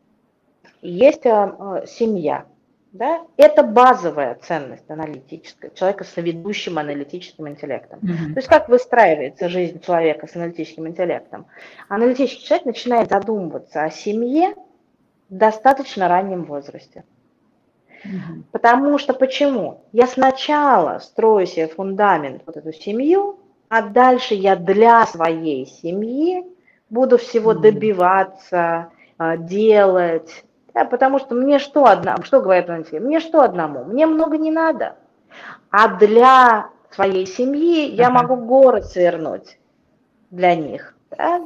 есть э, семья. Да? Это базовая ценность аналитическая, человека с ведущим аналитическим интеллектом. Mm-hmm. То есть как выстраивается жизнь человека с аналитическим интеллектом? Аналитический человек начинает задумываться о семье в достаточно раннем возрасте. Mm-hmm. Потому что почему? Я сначала строю себе фундамент, вот эту семью, а дальше я для своей семьи буду всего mm-hmm. добиваться, делать. Да, потому что мне что одному, что говорят родители? Мне что одному? Мне много не надо. А для своей семьи я uh-huh. могу город свернуть для них. Да?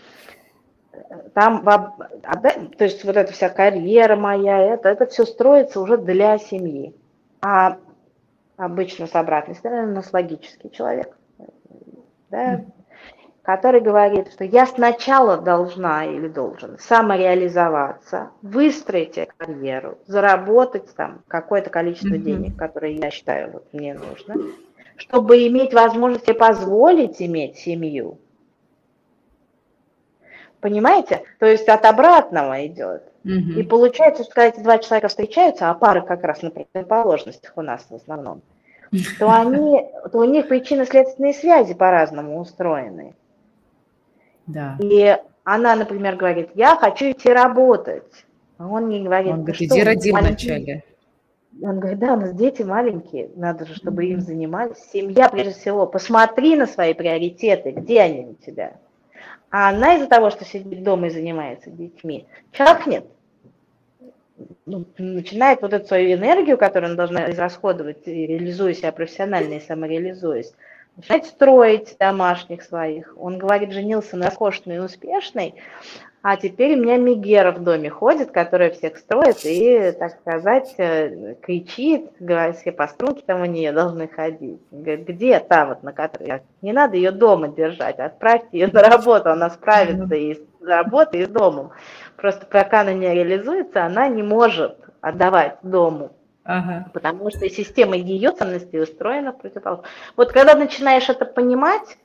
Там, то есть вот эта вся карьера моя, это, это все строится уже для семьи. А обычно с обратной стороны у нас логический человек, да, uh-huh. который говорит, что я сначала должна или должен самореализоваться, выстроить карьеру, заработать там какое-то количество mm-hmm. денег, которые я считаю, вот мне нужно, чтобы иметь возможность себе позволить иметь семью. Понимаете? То есть от обратного идет. Mm-hmm. И получается, что когда эти два человека встречаются, а пары как раз на противоположностях у нас в основном, то, они, то у них причинно-следственные связи по-разному устроены. Да. И она, например, говорит, я хочу идти работать. А он ей говорит, он говорит, иди роди вначале. Он говорит, да, у нас дети маленькие, надо же, чтобы mm-hmm. им занимались. Семья, прежде всего, посмотри на свои приоритеты, где они у тебя. А она из-за того, что сидит дома и занимается детьми, чахнет. ну, начинает вот эту свою энергию, которую она должна израсходовать, реализуя себя профессионально и самореализуясь, начинает строить домашних своих. Он говорит, женился на роскошной и успешной, а теперь у меня Мегера в доме ходит, которая всех строит и, так сказать, кричит, говорит, все по струнке там у нее должны ходить. Говорит, где та вот, на которой... Не надо ее дома держать, отправьте ее на работу, она справится и с работой, и с домом. Просто пока она не реализуется, она не может отдавать дому. Ага. Потому что система ее ценностей устроена противоположно. Вот когда начинаешь это понимать,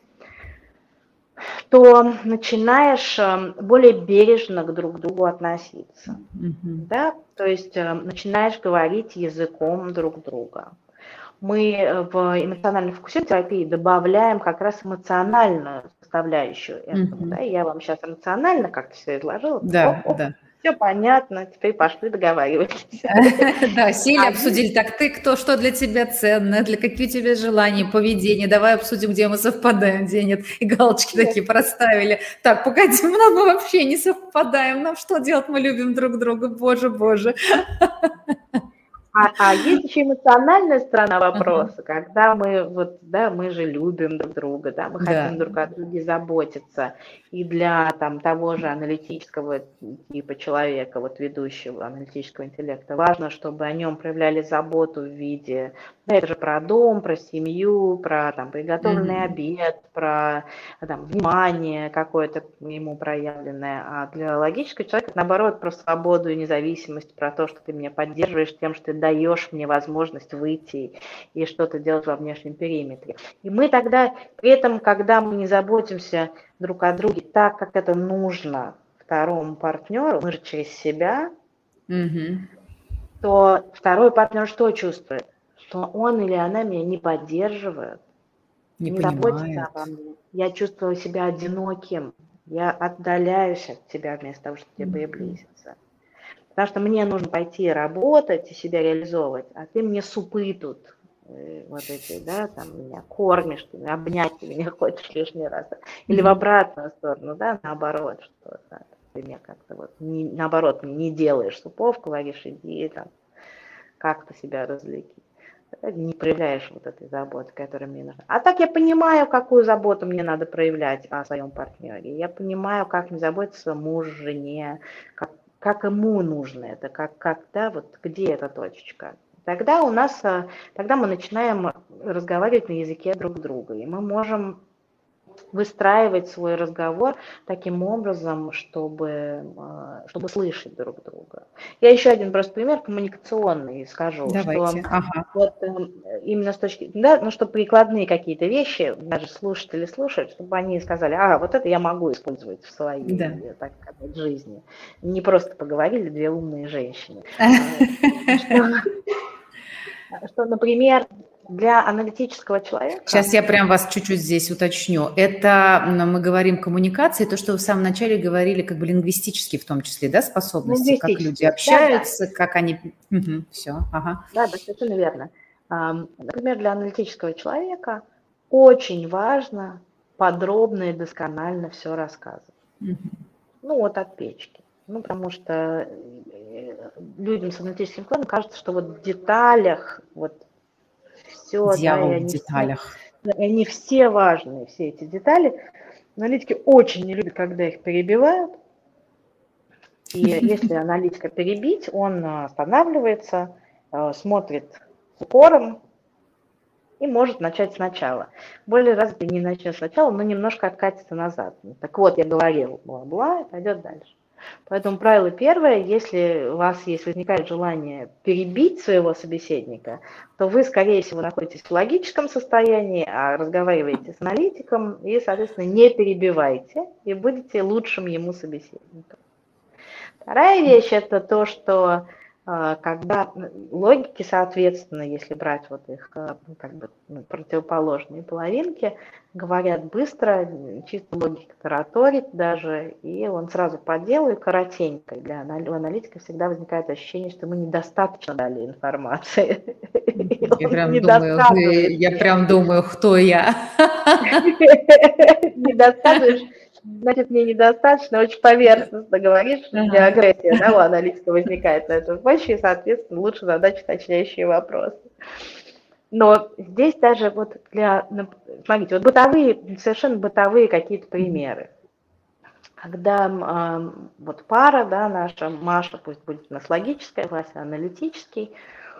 то начинаешь более бережно к друг другу относиться. Mm-hmm. Да? То есть начинаешь говорить языком друг друга. Мы в эмоциональной фокусированной терапии добавляем как раз эмоциональную составляющую этому. Mm-hmm. Да? Я вам сейчас эмоционально как-то все изложила. Да, оп, оп, да. Все понятно, теперь пошли договариваться. Да, сели, обсудили, так ты кто, что для тебя ценно, для какие у тебя желания, поведения, давай обсудим, где мы совпадаем, где нет, и галочки такие проставили. Так, погоди, мы вообще не совпадаем, нам что делать, мы любим друг друга, боже, боже. А, а есть еще эмоциональная сторона вопроса, uh-huh. когда мы вот, да, мы же любим друг друга, да, мы да. хотим друг о друге заботиться. И для там того же аналитического типа человека, вот ведущего аналитического интеллекта, важно, чтобы о нем проявляли заботу в виде, да, это же про дом, про семью, про там приготовленный uh-huh. обед, про там внимание какое-то ему проявленное. А для логического человека, наоборот, про свободу и независимость, про то, что ты меня поддерживаешь тем, что ты даешь мне возможность выйти и что-то делать во внешнем периметре. И мы тогда, при этом, когда мы не заботимся друг о друге так, как это нужно второму партнеру, мы же через себя, mm-hmm. то второй партнер что чувствует? Что он или она меня не поддерживает, не, не заботится обо мне. Я чувствую себя одиноким, я отдаляюсь от тебя вместо того, чтобы mm-hmm. тебе приблизиться. Потому что мне нужно пойти работать и себя реализовывать, а ты мне супы тут, вот эти, да, там меня кормишь, ты обнять ты меня хочешь лишний раз. Или в обратную сторону, да, наоборот, что да, ты мне как-то вот, не, наоборот, не делаешь супов, говоришь, иди там, как-то себя развлеки. Не проявляешь вот этой заботы, которая мне нужна. А так я понимаю, какую заботу мне надо проявлять о своем партнере. Я понимаю, как мне заботиться муж, жене, как как ему нужно это, как, как, да, вот где эта точечка. Тогда у нас, тогда мы начинаем разговаривать на языке друг друга, и мы можем выстраивать свой разговор таким образом, чтобы, чтобы слышать друг друга. Я еще один просто пример коммуникационный скажу. Давайте. Что ага. вот именно с точки, да, ну, чтобы прикладные какие-то вещи, даже слушатели слушают, чтобы они сказали, а, вот это я могу использовать в своей, да. так сказать, жизни. Не просто поговорили две умные женщины. Что, например, для аналитического человека... Сейчас я прям вас чуть-чуть здесь уточню. Это мы говорим коммуникации, то, что вы в самом начале говорили, как бы лингвистически в том числе, да, способности, как люди общаются, да, да. как они... Угу, все, ага. Да, да, совершенно верно. Например, для аналитического человека очень важно подробно и досконально все рассказывать. Угу. Ну, вот от печки. Ну, потому что людям с аналитическим вкладом кажется, что вот в деталях, вот все, Дьявол да, в деталях. Все, они все важные, все эти детали. Аналитики очень не любят, когда их перебивают. И если аналитика перебить, он останавливается, смотрит с упором и может начать сначала. Более развитый не начнет сначала, но немножко откатится назад. Так вот, я говорил, бла-бла, и пойдет дальше. Поэтому правило первое, если у вас есть, возникает желание перебить своего собеседника, то вы, скорее всего, находитесь в логическом состоянии, а разговариваете с аналитиком и, соответственно, не перебивайте и будете лучшим ему собеседником. Вторая вещь – это то, что когда логики, соответственно, если брать вот их как бы противоположные половинки, говорят быстро, чисто логика тараторит даже, и он сразу по делу и коротенько. Для аналитика всегда возникает ощущение, что мы недостаточно дали информации. Я прям, думаю, я прям думаю, кто я. Недостаточно. Значит, мне недостаточно, очень поверхностно говоришь, что у меня Ага. агрессия, да, у аналитика возникает на этом почве, и, соответственно, лучше задать уточняющие вопросы. Но здесь даже вот для, нап- смотрите, вот бытовые, совершенно бытовые какие-то примеры. Когда м, вот пара, да, наша Маша, пусть будет у нас логическая, Вася аналитический,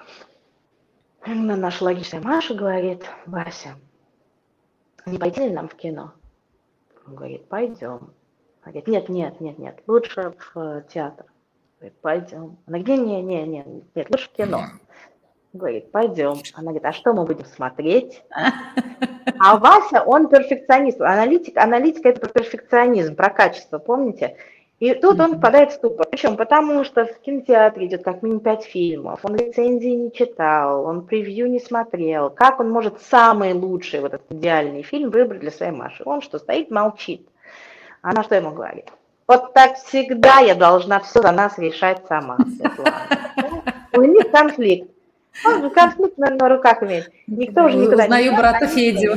наша логическая Маша говорит: Вася, не пойти ли нам в кино? Он говорит: пойдем. Она говорит: нет, нет, нет, нет, лучше в театр. Говорит: пойдем. Она говорит: не, не, не, нет, лучше в кино. Говорит: пойдем. Она говорит: а что мы будем смотреть? А Вася, он перфекционист. Аналитик, аналитика – это про перфекционизм, про качество, помните? И тут он впадает в ступор. Причем потому, что в кинотеатре идет как минимум пять фильмов, он рецензии не читал, он превью не смотрел. Как он может самый лучший, вот этот идеальный фильм выбрать для своей Маши? Он что, стоит, молчит. Она что ему говорит? Вот так всегда я должна все за нас решать сама, Светлана. У них конфликт. Он же конфликт на, на руках имеет. Никто уже никогда не Узнаю знает, брата они Федю.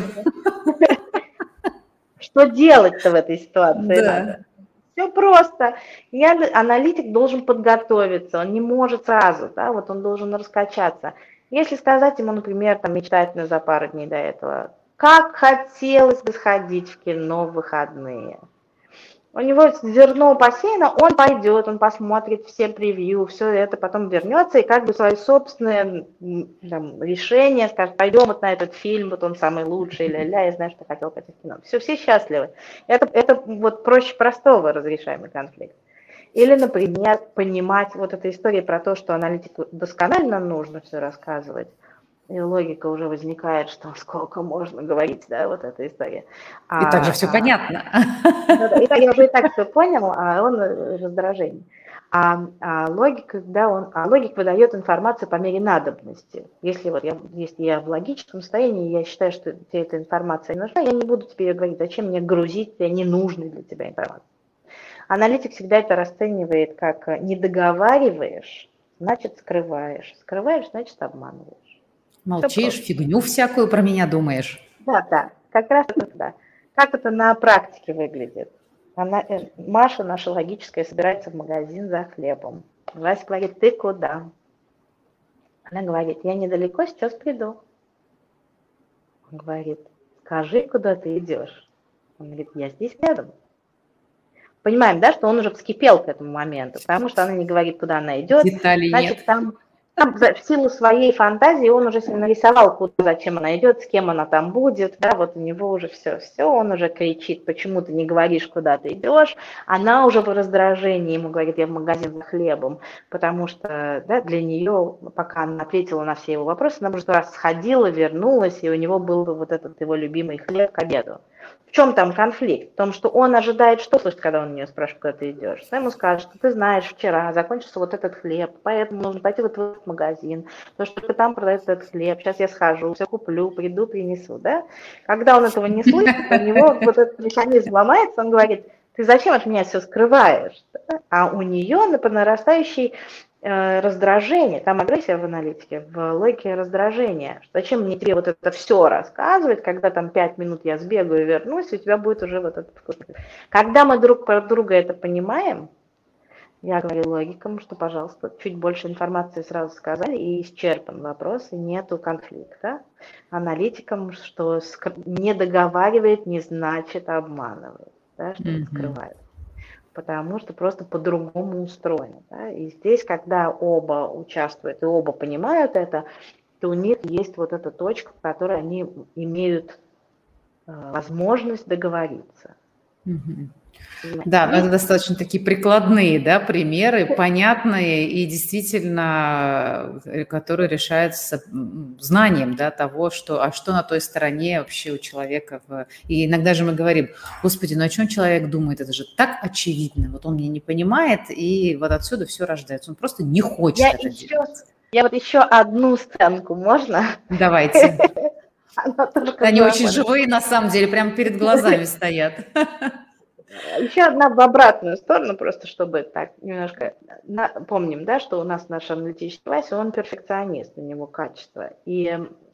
что делать-то в этой ситуации Да. надо? Все просто. Я, аналитик должен подготовиться, он не может сразу, да, вот он должен раскачаться. Если сказать ему, например, там, мечтательно за пару дней до этого, как хотелось бы сходить в кино в выходные. У него зерно посеяно, он пойдет, он посмотрит все превью, все это, потом вернется и как бы свои собственные там, решения, скажет: пойдем вот на этот фильм, вот он самый лучший, ля-ля, я знаю, что хотел пойти в кино. Все, все счастливы. Это, это вот проще простого разрешаемый конфликт. Или, например, понимать вот эта история про то, что аналитику досконально нужно все рассказывать. И логика уже возникает, что сколько можно говорить, да, вот эта история. И так же А, все а, понятно. и так, я уже и так все понял, а он раздражение. А, а логика, да, он, а логик выдает информацию по мере надобности. Если вот я, если я в логическом состоянии, я считаю, что тебе эта информация не нужна, я не буду тебе ее говорить, зачем мне грузить тебе ненужной для тебя информацию. Аналитик всегда это расценивает как: не договариваешь, значит скрываешь, скрываешь, значит обманываешь. Молчишь, фигню всякую про меня думаешь. Да, да, как раз это да. Как это на практике выглядит? Она, Маша, наша логическая, собирается в магазин за хлебом. Вася говорит: ты куда? Она говорит: я недалеко, сейчас приду. Он говорит: скажи, куда ты идешь. Он говорит: я здесь рядом. Понимаем, да, что он уже вскипел к этому моменту, потому что она не говорит, куда она идет. Деталей Значит, нет. там, там в силу своей фантазии он уже себе нарисовал, куда, зачем она идет, с кем она там будет, да, вот у него уже все, все, он уже кричит: почему ты не говоришь, куда ты идешь. Она уже в раздражении ему говорит: я в магазин за хлебом, потому что, да, для нее, пока она ответила на все его вопросы, она уже раз сходила, вернулась, и у него был бы вот этот его любимый хлеб к обеду. В чем там конфликт? В том, что он ожидает что слышать, когда он у нее спрашивает, куда ты идешь. Она ему скажет, что ты знаешь, вчера закончился вот этот хлеб, поэтому нужно пойти вот в этот магазин, потому что только там продается этот хлеб. Сейчас я схожу, все куплю, приду, принесу, да? Когда он этого не слышит, у него вот этот механизм ломается, он говорит: ты зачем от меня все скрываешь? А у нее по нарастающей раздражение, там агрессия в аналитике, в логике раздражения. Зачем мне тебе вот это все рассказывать, когда там пять минут я сбегаю и вернусь, и у тебя будет уже вот этот вкус. Когда мы друг про друга это понимаем, я говорю логикам, что, пожалуйста, чуть больше информации сразу сказали, и исчерпан вопрос, и нету конфликта. Аналитикам, что не договаривает, не значит обманывает, да, что mm-hmm. скрывает. Потому что просто по-другому устроено. Да? И здесь, когда оба участвуют и оба понимают это, то у них есть вот эта точка, в которой они имеют э, возможность договориться. Mm-hmm. Да, но это достаточно такие прикладные, да, примеры, понятные и действительно, которые решаются знанием, да, того, что, а что на той стороне вообще у человека. В... И иногда же мы говорим: господи, ну о чем человек думает, это же так очевидно, вот он меня не понимает, и вот отсюда все рождается, он просто не хочет я это еще, делать. Я вот еще одну сценку, можно? Давайте. Они очень живые, на самом деле, прямо перед глазами стоят. Еще одна в обратную сторону, просто чтобы так немножко... Помним, да, что у нас наш аналитический Вася, он перфекционист, у него качество. И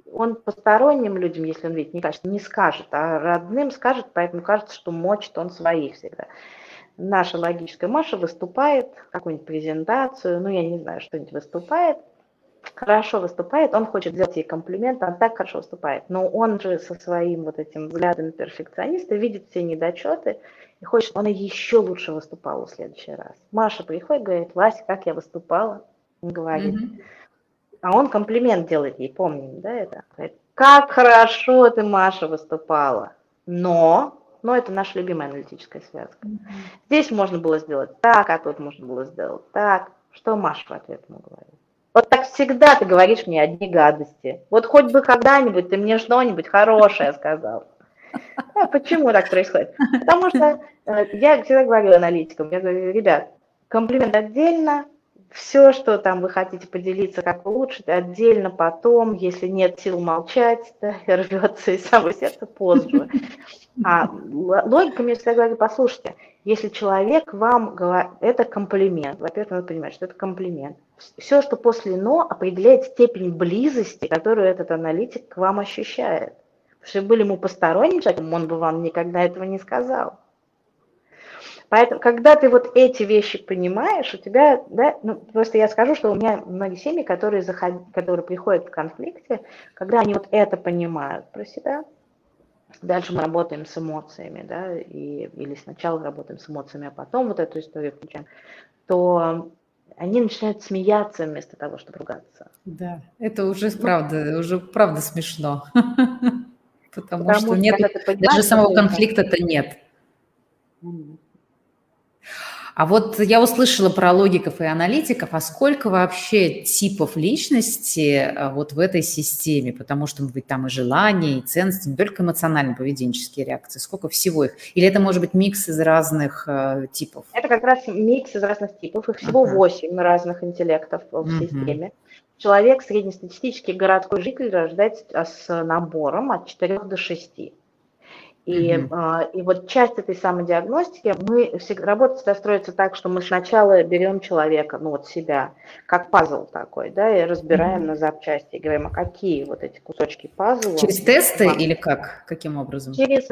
он посторонним людям, если он видит, не кажется, не скажет, а родным скажет, поэтому кажется, что мочит он своих всегда. Наша логическая Маша выступает, какую-нибудь презентацию, ну, я не знаю, что-нибудь выступает, хорошо выступает, он хочет сделать ей комплимент, она так хорошо выступает, но он же со своим вот этим взглядом перфекциониста видит все недочеты и хочет, чтобы она еще лучше выступала в следующий раз. Маша приходит, говорит: Вася, как я выступала? Он говорит, Мгм. а он комплимент делает ей, помним, да, это? Говорит: как хорошо ты, Маша, выступала, но, но это наша любимая аналитическая связка. Здесь можно было сделать так, а тут можно было сделать так. Что Маша в ответ ему говорит? Вот так всегда ты говоришь мне одни гадости. Вот хоть бы когда-нибудь ты мне что-нибудь хорошее сказал. А почему так происходит? Потому что э, я всегда говорю аналитикам, я говорю: ребят, комплимент отдельно, все, что там вы хотите поделиться, как улучшить, отдельно потом, если нет сил молчать, да, и рвется из самого сердца, позже. А логика мне всегда говорит: послушайте, если человек вам говорит, это комплимент, во-первых, надо понимать, что это комплимент. Все, что после «но», определяет степень близости, которую этот аналитик к вам ощущает. Если были ему посторонним человеком, он бы вам никогда этого не сказал. Поэтому, когда ты вот эти вещи понимаешь, у тебя, да, ну, просто я скажу, что у меня многие семьи, которые, заход... которые приходят в конфликте, когда они вот это понимают про себя, дальше мы работаем с эмоциями, да, и, или сначала работаем с эмоциями, а потом вот эту историю включаем, то они начинают смеяться вместо того, чтобы ругаться. Да, это уже Ну, правда, уже правда смешно. Потому потому что что, нет, когда ты даже понимаешь, что самого ты... конфликта-то нет. Мгм. А вот я услышала про логиков и аналитиков, а сколько вообще типов личности а, вот в этой системе? Потому что ведь там и желания, и ценности, не только эмоционально-поведенческие реакции, сколько всего их? Или это может быть микс из разных э, типов? Это как раз микс из разных типов, их всего Ага. восемь разных интеллектов в Мгм. системе. Человек, среднестатистический городской житель, рождается с набором от четырёх до шести. И, Мгм. и вот часть этой самодиагностики, мы всегда, работа всегда строится так, что мы сначала берем человека, ну вот себя, как пазл такой, да, и разбираем Мгм. на запчасти, и говорим, а какие вот эти кусочки пазла Через тесты вам. или как? Каким образом? Через,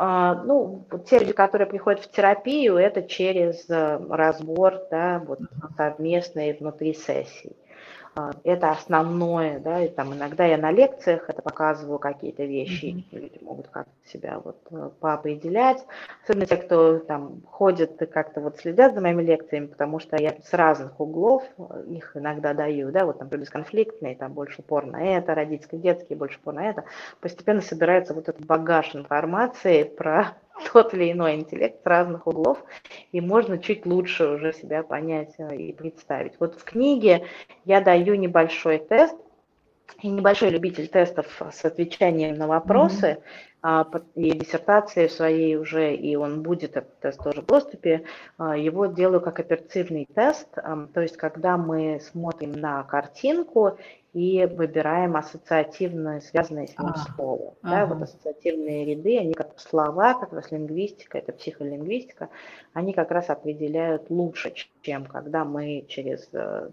ну, те люди, которые приходят в терапию, это через разбор, да, вот совместный внутри сессий. Это основное, да, и там иногда я на лекциях это показываю какие-то вещи, люди могут как-то себя вот поопределять, особенно те, кто там ходит и как-то вот следят за моими лекциями, потому что я с разных углов их иногда даю, да, вот там бесконфликтные, там больше упор на это, родительско-детские, больше упор на это, постепенно собирается вот этот багаж информации про тот или иной интеллект с разных углов, и можно чуть лучше уже себя понять и представить. Вот в книге я даю небольшой тест, и небольшой любитель тестов с отвечанием на вопросы, и диссертации своей уже, и он будет, этот тест тоже в доступе, его делаю как оперативный тест, то есть когда мы смотрим на картинку и выбираем ассоциативно связанные с ним А, слова. Да, вот ага. ассоциативные ряды, они как слова, как раз лингвистика, это психолингвистика, они как раз определяют лучше, чем когда мы через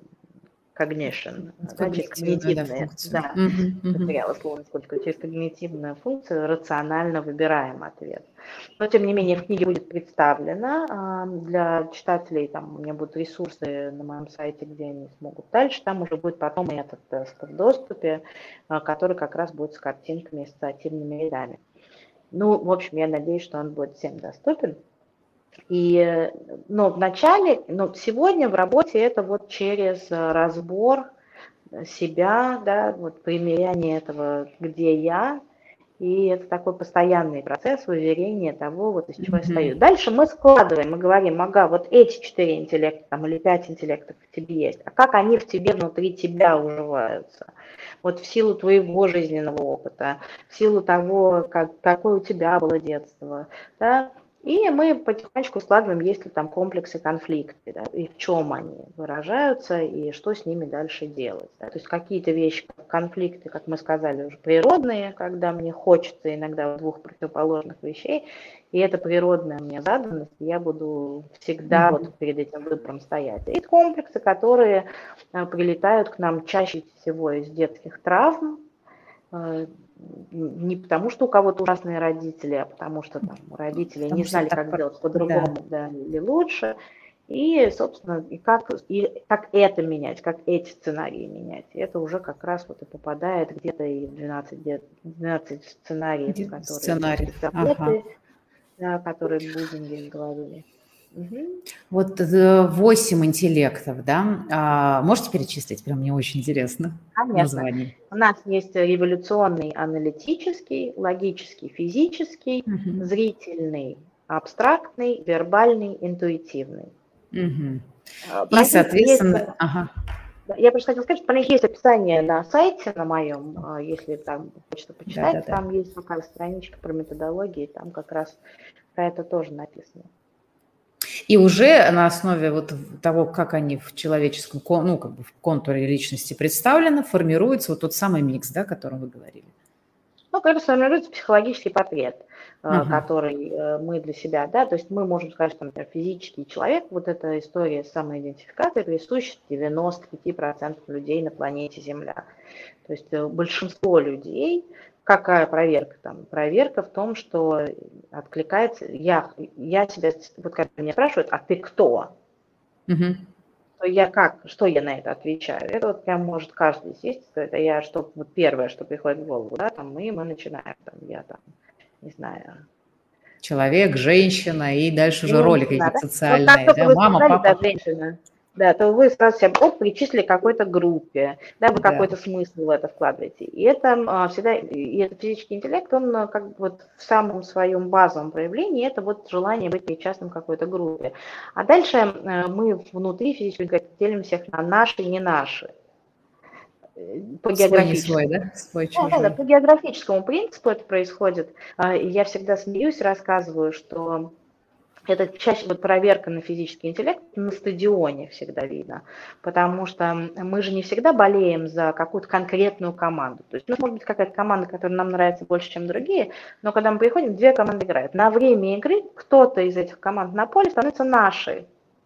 cognition, да, через Когнитивную, да, когнитивные, функцию. да, Мгм, мгм. потеряла слово сколько, через когнитивную функцию рационально выбираем ответ. Но, тем не менее, в книге будет представлено для читателей, там у меня будут ресурсы на моем сайте, где они смогут дальше, там уже будет потом этот тест в доступе, который как раз будет с картинками, ассоциативными рядами. Ну, в общем, я надеюсь, что он будет всем доступен. И, но в начале, но сегодня в работе это вот через разбор себя, да, вот примеряние этого, где я, и это такой постоянный процесс выверения того, вот из чего я Мгм. стою. Дальше мы складываем, мы говорим, ага, вот эти четыре интеллекта там, или пять интеллектов в тебе есть, а как они в тебе внутри тебя уживаются? Вот в силу твоего жизненного опыта, в силу того, как, какое у тебя было детство, да, и мы потихонечку складываем, есть ли там комплексы, конфликты, да, и в чем они выражаются, и что с ними дальше делать. Да. То есть какие-то вещи, конфликты, как мы сказали, уже природные, когда мне хочется иногда двух противоположных вещей, и это природная мне заданность, я буду всегда вот Мгм. перед этим выбором стоять. И комплексы, которые прилетают к нам чаще всего из детских травм, не потому, что у кого-то ужасные родители, а потому что там родители потому не знали, как так... делать по-другому, да. Да, или лучше. И, собственно, и как, и как это менять, как эти сценарии менять. И это уже как раз вот и попадает где-то и в двенадцать, двенадцать сценариев, которые, сценарий. Ага. Да, которые Бузинге говорили. Угу. Вот восемь интеллектов, да? А, можете перечислить? Прям мне очень интересно. Конечно. Название. У нас есть революционный аналитический, логический, физический, угу. зрительный, абстрактный, вербальный, интуитивный. Угу. И, соответственно... Есть... Ага. Я просто хотела сказать, что про них есть описание на сайте на моем, если там хочется почитать, да, да, там да. есть такая страничка про методологии, там как раз про это тоже написано. И уже на основе вот того, как они в человеческом, ну, как бы в контуре личности представлены, формируется вот тот самый микс, да, о котором вы говорили. Ну, когда формируется психологический портрет, uh-huh. который мы для себя, да, то есть мы можем сказать, что, например, физический человек, вот эта история самоидентификации присуща девяноста пяти процентам людей на планете Земля. То есть большинство людей, какая проверка там? Проверка в том, что откликается, я, я себя, вот когда меня спрашивают, а ты кто? Uh-huh. То я как, что я на это отвечаю? Это вот прям может каждый сесть, это я, что вот первое, что приходит в голову, да, там, и мы начинаем, там, я там, не знаю. Человек, женщина, и дальше уже роли какие-то да? социальные, вот да, вы мама, сказали, папа. Да, женщина. Да, то вы сразу себя оп, причислили к какой-то группе, да, вы Да. какой-то смысл в это вкладываете. И это а, всегда, и этот физический интеллект, он как бы вот в самом своем базовом проявлении, это вот желание быть причастным к какой-то группе. А дальше а, мы внутри физического интеллекта делим всех на наши и не наши. По географическому. Свой, да? Свой, да, да, да, по географическому принципу это происходит. И я всегда смеюсь, рассказываю, что это чаще вот проверка на физический интеллект на стадионе всегда видно, потому что мы же не всегда болеем за какую-то конкретную команду. То есть, ну, может быть, какая-то команда, которая нам нравится больше, чем другие, но когда мы приходим, две команды играют. На время игры кто-то из этих команд на поле становится нашей.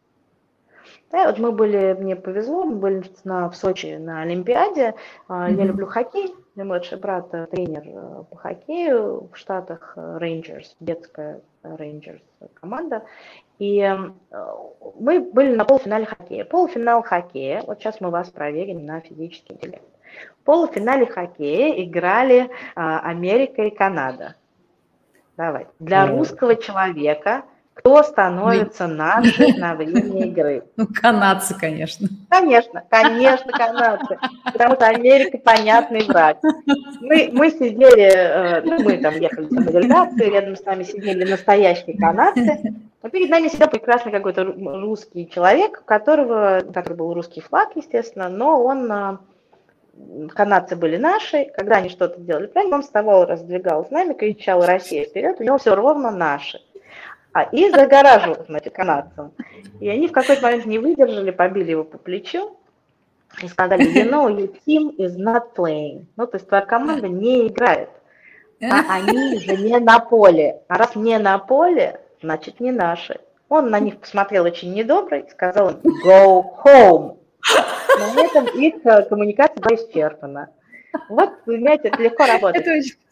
Да, вот мы были, мне повезло, мы были на, в Сочи на Олимпиаде. Mm-hmm. Я люблю хоккей, мой младший брат тренер по хоккею в Штатах, Рейнджерс, детская Рейнджерс команда. И мы были на полуфинале хоккея. Полуфинал хоккея, вот сейчас мы вас проверим на физический интеллект. В полуфинале хоккея играли Америка и Канада. Давай. Для mm-hmm. русского человека... Кто становится нашей на время игры? Ну, канадцы, конечно. Конечно, конечно, канадцы. Потому что Америка понятный враг. Мы, мы сидели, ну, мы там ехали на делегации, рядом с нами сидели настоящие канадцы. А перед нами сидел прекрасный какой-то русский человек, у которого, который был русский флаг, естественно, но он... Канадцы были наши, когда они что-то делали правильно, он вставал, раздвигал знамя, кричал «Россия вперед», у него все ровно наши. А, и загораживал, значит, канадцам. И они в какой-то момент не выдержали, побили его по плечу и сказали, you know, your team is not playing. Ну, то есть твоя команда не играет, а они же не на поле. А раз не на поле, значит, не наши. Он на них посмотрел очень недобро и сказал им, go home. На этом их коммуникация была исчерпана. Вот, вы знаете, это легко работает.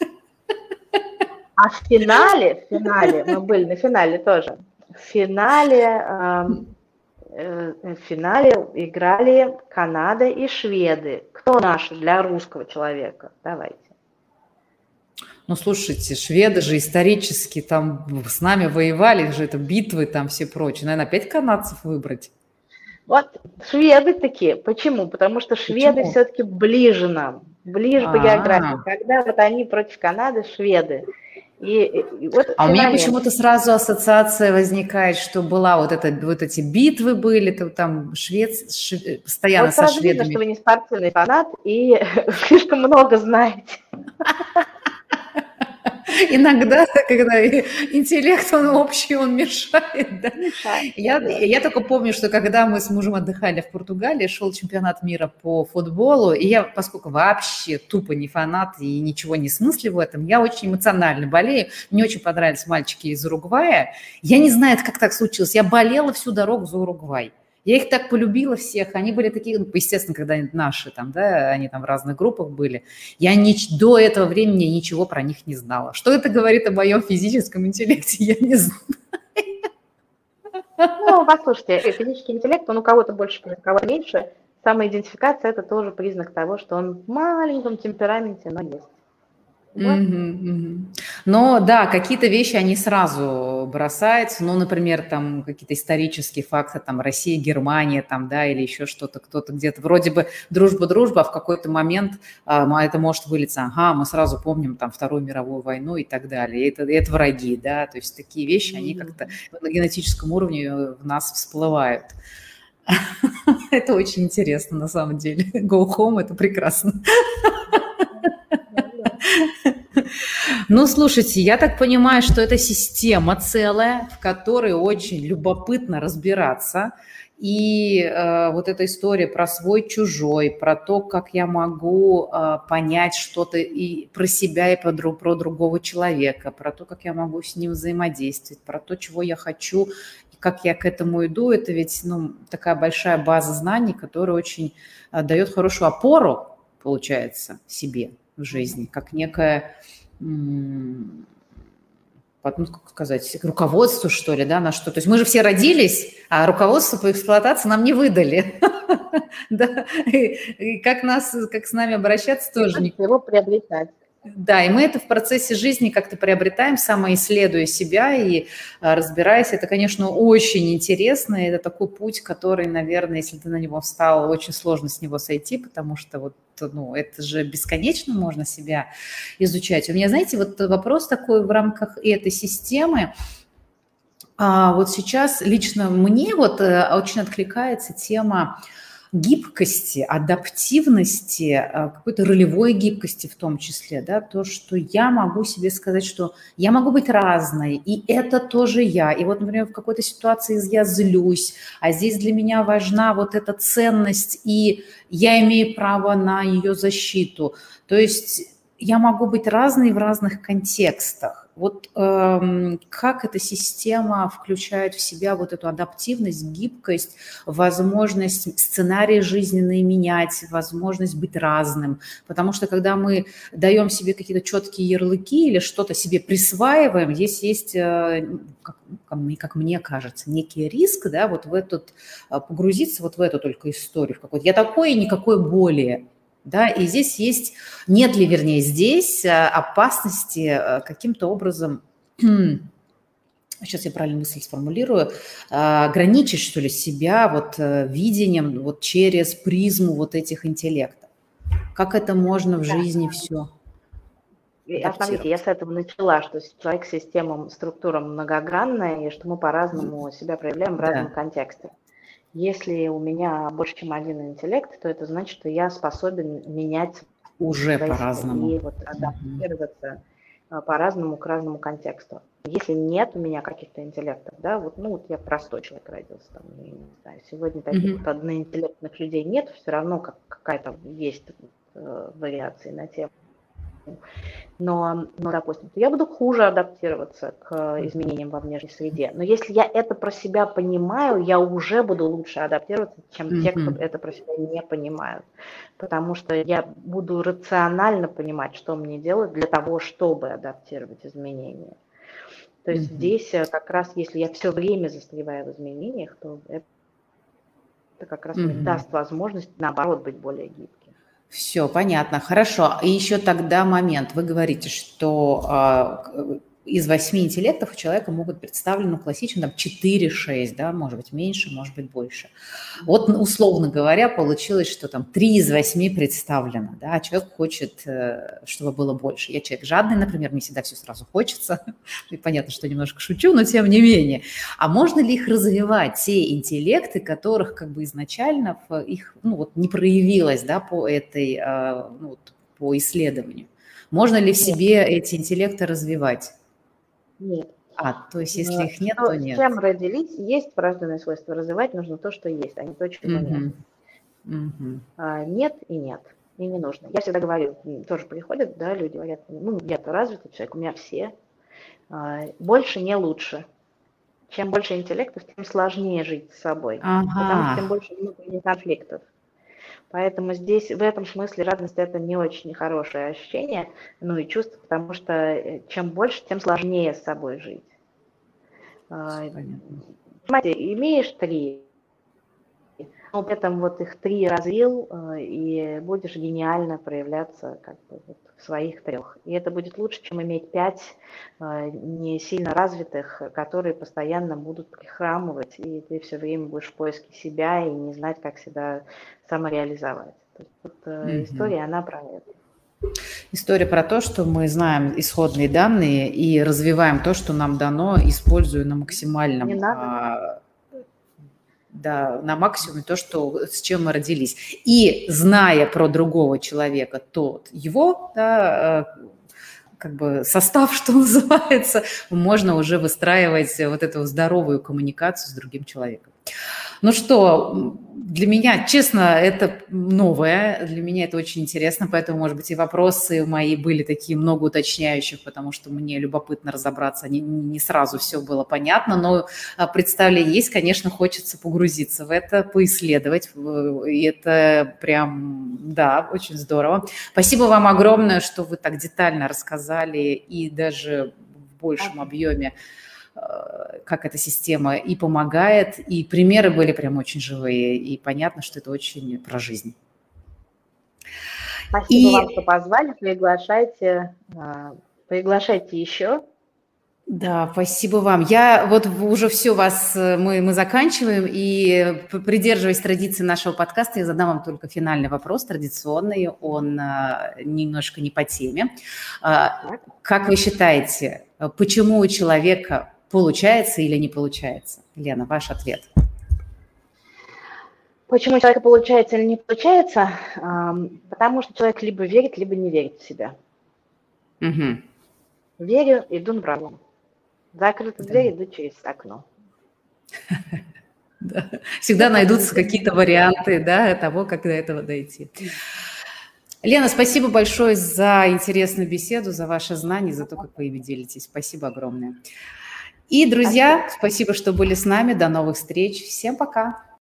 А в финале, в финале, мы были на финале тоже, в финале, э, э, в финале играли Канада и шведы. Кто наши для русского человека? Давайте. Ну, слушайте, шведы же исторически там с нами воевали, же это битвы там все прочее. Наверное, опять канадцев выбрать? Вот шведы такие. Почему? Потому что шведы Почему? Все-таки ближе нам, ближе А-а-а. по географии. Когда вот они против Канады, шведы. И, и вот а у меня почему-то сразу ассоциация возникает, что была вот, это, вот эти битвы были, то, там швед, швед, постоянно вот со шведами. Видно, что вы не спортивный фанат и слишком много знаете. Иногда, когда интеллект, он общий, он мешает. Да? Мешает я, да. я только помню, что когда мы с мужем отдыхали в Португалии, шел чемпионат мира по футболу, и я, поскольку вообще тупо не фанат и ничего не смыслю в этом, я очень эмоционально болею. Мне очень понравились мальчики из Уругвая. Я не знаю, как так случилось. Я болела всю дорогу за Уругвай. Я их так полюбила всех, они были такие, ну, естественно, когда они наши там, да, они там в разных группах были. Я ни, до этого времени ничего про них не знала. Что это говорит о моем физическом интеллекте, я не знаю. Ну, послушайте, физический интеллект, он у кого-то больше, у кого-то меньше. Самоидентификация – это тоже признак того, что он в маленьком темпераменте, но есть. Вот. Мгм, мгм. Но да, какие-то вещи, они сразу бросаются, ну, например, там какие-то исторические факты, там Россия, Германия, там, да, или еще что-то, кто-то где-то, вроде бы дружба-дружба, а в какой-то момент а, это может вылиться, ага, мы сразу помним там Вторую мировую войну и так далее, и это, и это враги, да, то есть такие вещи, они как-то на генетическом уровне в нас всплывают. Это очень интересно на самом деле. Go home – это прекрасно. Ну, слушайте, я так понимаю, что это система целая, в которой очень любопытно разбираться. И э, вот эта история про свой-чужой, про то, как я могу э, понять что-то и про себя, и про, друг, про другого человека, про то, как я могу с ним взаимодействовать, про то, чего я хочу и как я к этому иду, это ведь ну, такая большая база знаний, которая очень э, дает хорошую опору, получается, себе в жизни, как некая... ну, как сказать, руководство, что ли, да, на что. То есть мы же все родились, а руководство по эксплуатации нам не выдали. Да, и как нас, как с нами обращаться, тоже не... Его приобретать. Да, и мы это в процессе жизни как-то приобретаем, самоисследуя себя и разбираясь. Это, конечно, очень интересно, и это такой путь, который, наверное, если ты на него встал, очень сложно с него сойти, потому что вот, ну, это же бесконечно можно себя изучать. У меня, знаете, вот вопрос такой в рамках этой системы. А вот сейчас лично мне вот очень откликается тема гибкости, адаптивности, какой-то ролевой гибкости в том числе, да, то, что я могу себе сказать, что я могу быть разной, и это тоже я. И вот, например, в какой-то ситуации я злюсь, а здесь для меня важна вот эта ценность, и я имею право на ее защиту. То есть я могу быть разной в разных контекстах. Вот эм, как эта система включает в себя вот эту адаптивность, гибкость, возможность сценарии жизненные менять, возможность быть разным. Потому что когда мы даем себе какие-то четкие ярлыки или что-то себе присваиваем, здесь есть, э, как, как мне кажется, некий риск, да, вот в этот, погрузиться вот в эту только историю. В какой-то. Я такой и никакой более. Да, и здесь есть, нет ли, вернее, здесь опасности каким-то образом, сейчас я правильно мысль сформулирую, ограничить, что ли, себя вот видением вот через призму вот этих интеллектов. Как это можно в жизни все адаптировать? Смотрите, я с этого начала, что человек с системам, структурам многогранная, и что мы по-разному себя проявляем в разном да. контексте. Если у меня больше, чем один интеллект, то это значит, что я способен менять уже по-разному и вот адаптироваться uh-huh. по-разному к разному контексту. Если нет у меня каких-то интеллектов, да, вот, ну вот я простой человек родился, там, не знаю, сегодня таких uh-huh. вот одноинтеллектных людей нет, все равно как, какая-то есть э, вариация на тему. Но, но, допустим, я буду хуже адаптироваться к изменениям во внешней среде. Но если я это про себя понимаю, я уже буду лучше адаптироваться, чем mm-hmm. те, кто это про себя не понимают. Потому что я буду рационально понимать, что мне делать для того, чтобы адаптировать изменения. То есть mm-hmm. здесь как раз, если я все время застреваю в изменениях, то это как раз mm-hmm. мне даст возможность, наоборот, быть более гибким. Все, понятно, хорошо. И еще тогда момент. Вы говорите, что э, из восьми интеллектов у человека могут представлены классично четыре-шесть, да, может быть меньше, может быть больше. Вот условно говоря, получилось, что там три из восьми представлено, да, а человек хочет, э, чтобы было больше. Я человек жадный, например, мне всегда все сразу хочется. И понятно, что немножко шучу, но тем не менее. А можно ли их развивать, те интеллекты, которых как бы изначально в их, ну, вот не проявилось, да, по этой, э, ну, вот, по исследованию? Можно ли в себе эти интеллекты развивать? Нет. А, то есть если их нет, что, то нет. С чем родились, есть врожденные свойства. Развивать нужно то, что есть, а не то, чего uh-huh. нет. Uh-huh. А, нет и нет. И не нужно. Я всегда говорю, тоже приходят, да, люди говорят, ну, я-то развитый человек, у меня все. А, больше не лучше. Чем больше интеллектов, тем сложнее жить с собой, Ага. потому что тем больше внутренних конфликтов. Поэтому здесь в этом смысле жадность – это не очень хорошее ощущение, ну и чувство, потому что чем больше, тем сложнее с собой жить. Понятно. Понимаете, имеешь три, но при этом вот их три развил, и будешь гениально проявляться как бы вот в своих трех. И это будет лучше, чем иметь пять не сильно развитых, которые постоянно будут прихрамывать, и ты все время будешь в поиске себя и не знать, как себя самореализовать. То есть вот mm-hmm. история, она про это. История про то, что мы знаем исходные данные и развиваем то, что нам дано, используя на максимальном... Не надо. Да, на максимуме то, что, с чем мы родились. И зная про другого человека, тот его, да, как бы состав, что называется, можно уже выстраивать вот эту здоровую коммуникацию с другим человеком. Ну что, для меня, честно, это новое, для меня это очень интересно, поэтому, может быть, и вопросы мои были такие много уточняющих, потому что мне любопытно разобраться, не, не сразу все было понятно, но представление есть, конечно, хочется погрузиться в это, поисследовать, и это прям, да, очень здорово. Спасибо вам огромное, что вы так детально рассказали и даже в большем объеме, как эта система и помогает, и примеры были прям очень живые, и понятно, что это очень про жизнь. Спасибо и... вам, что позвали, приглашайте, приглашайте еще. Да, спасибо вам. Я вот уже все вас, мы, мы заканчиваем, и придерживаясь традиции нашего подкаста, я задам вам только финальный вопрос, традиционный, он немножко не по теме. Как вы считаете, почему у человека получается или не получается? Лена, ваш ответ. Почему у человека получается или не получается? Потому что человек либо верит, либо не верит в себя. Угу. Верю, иду направо. Закрыта да. дверь, иду через окно. Да. Всегда найдутся какие-то варианты, да, того, как до этого дойти. Лена, спасибо большое за интересную беседу, за ваши знания, за то, как вы ими делитесь. Спасибо огромное. И, друзья, спасибо, что были с нами. До новых встреч. Всем пока.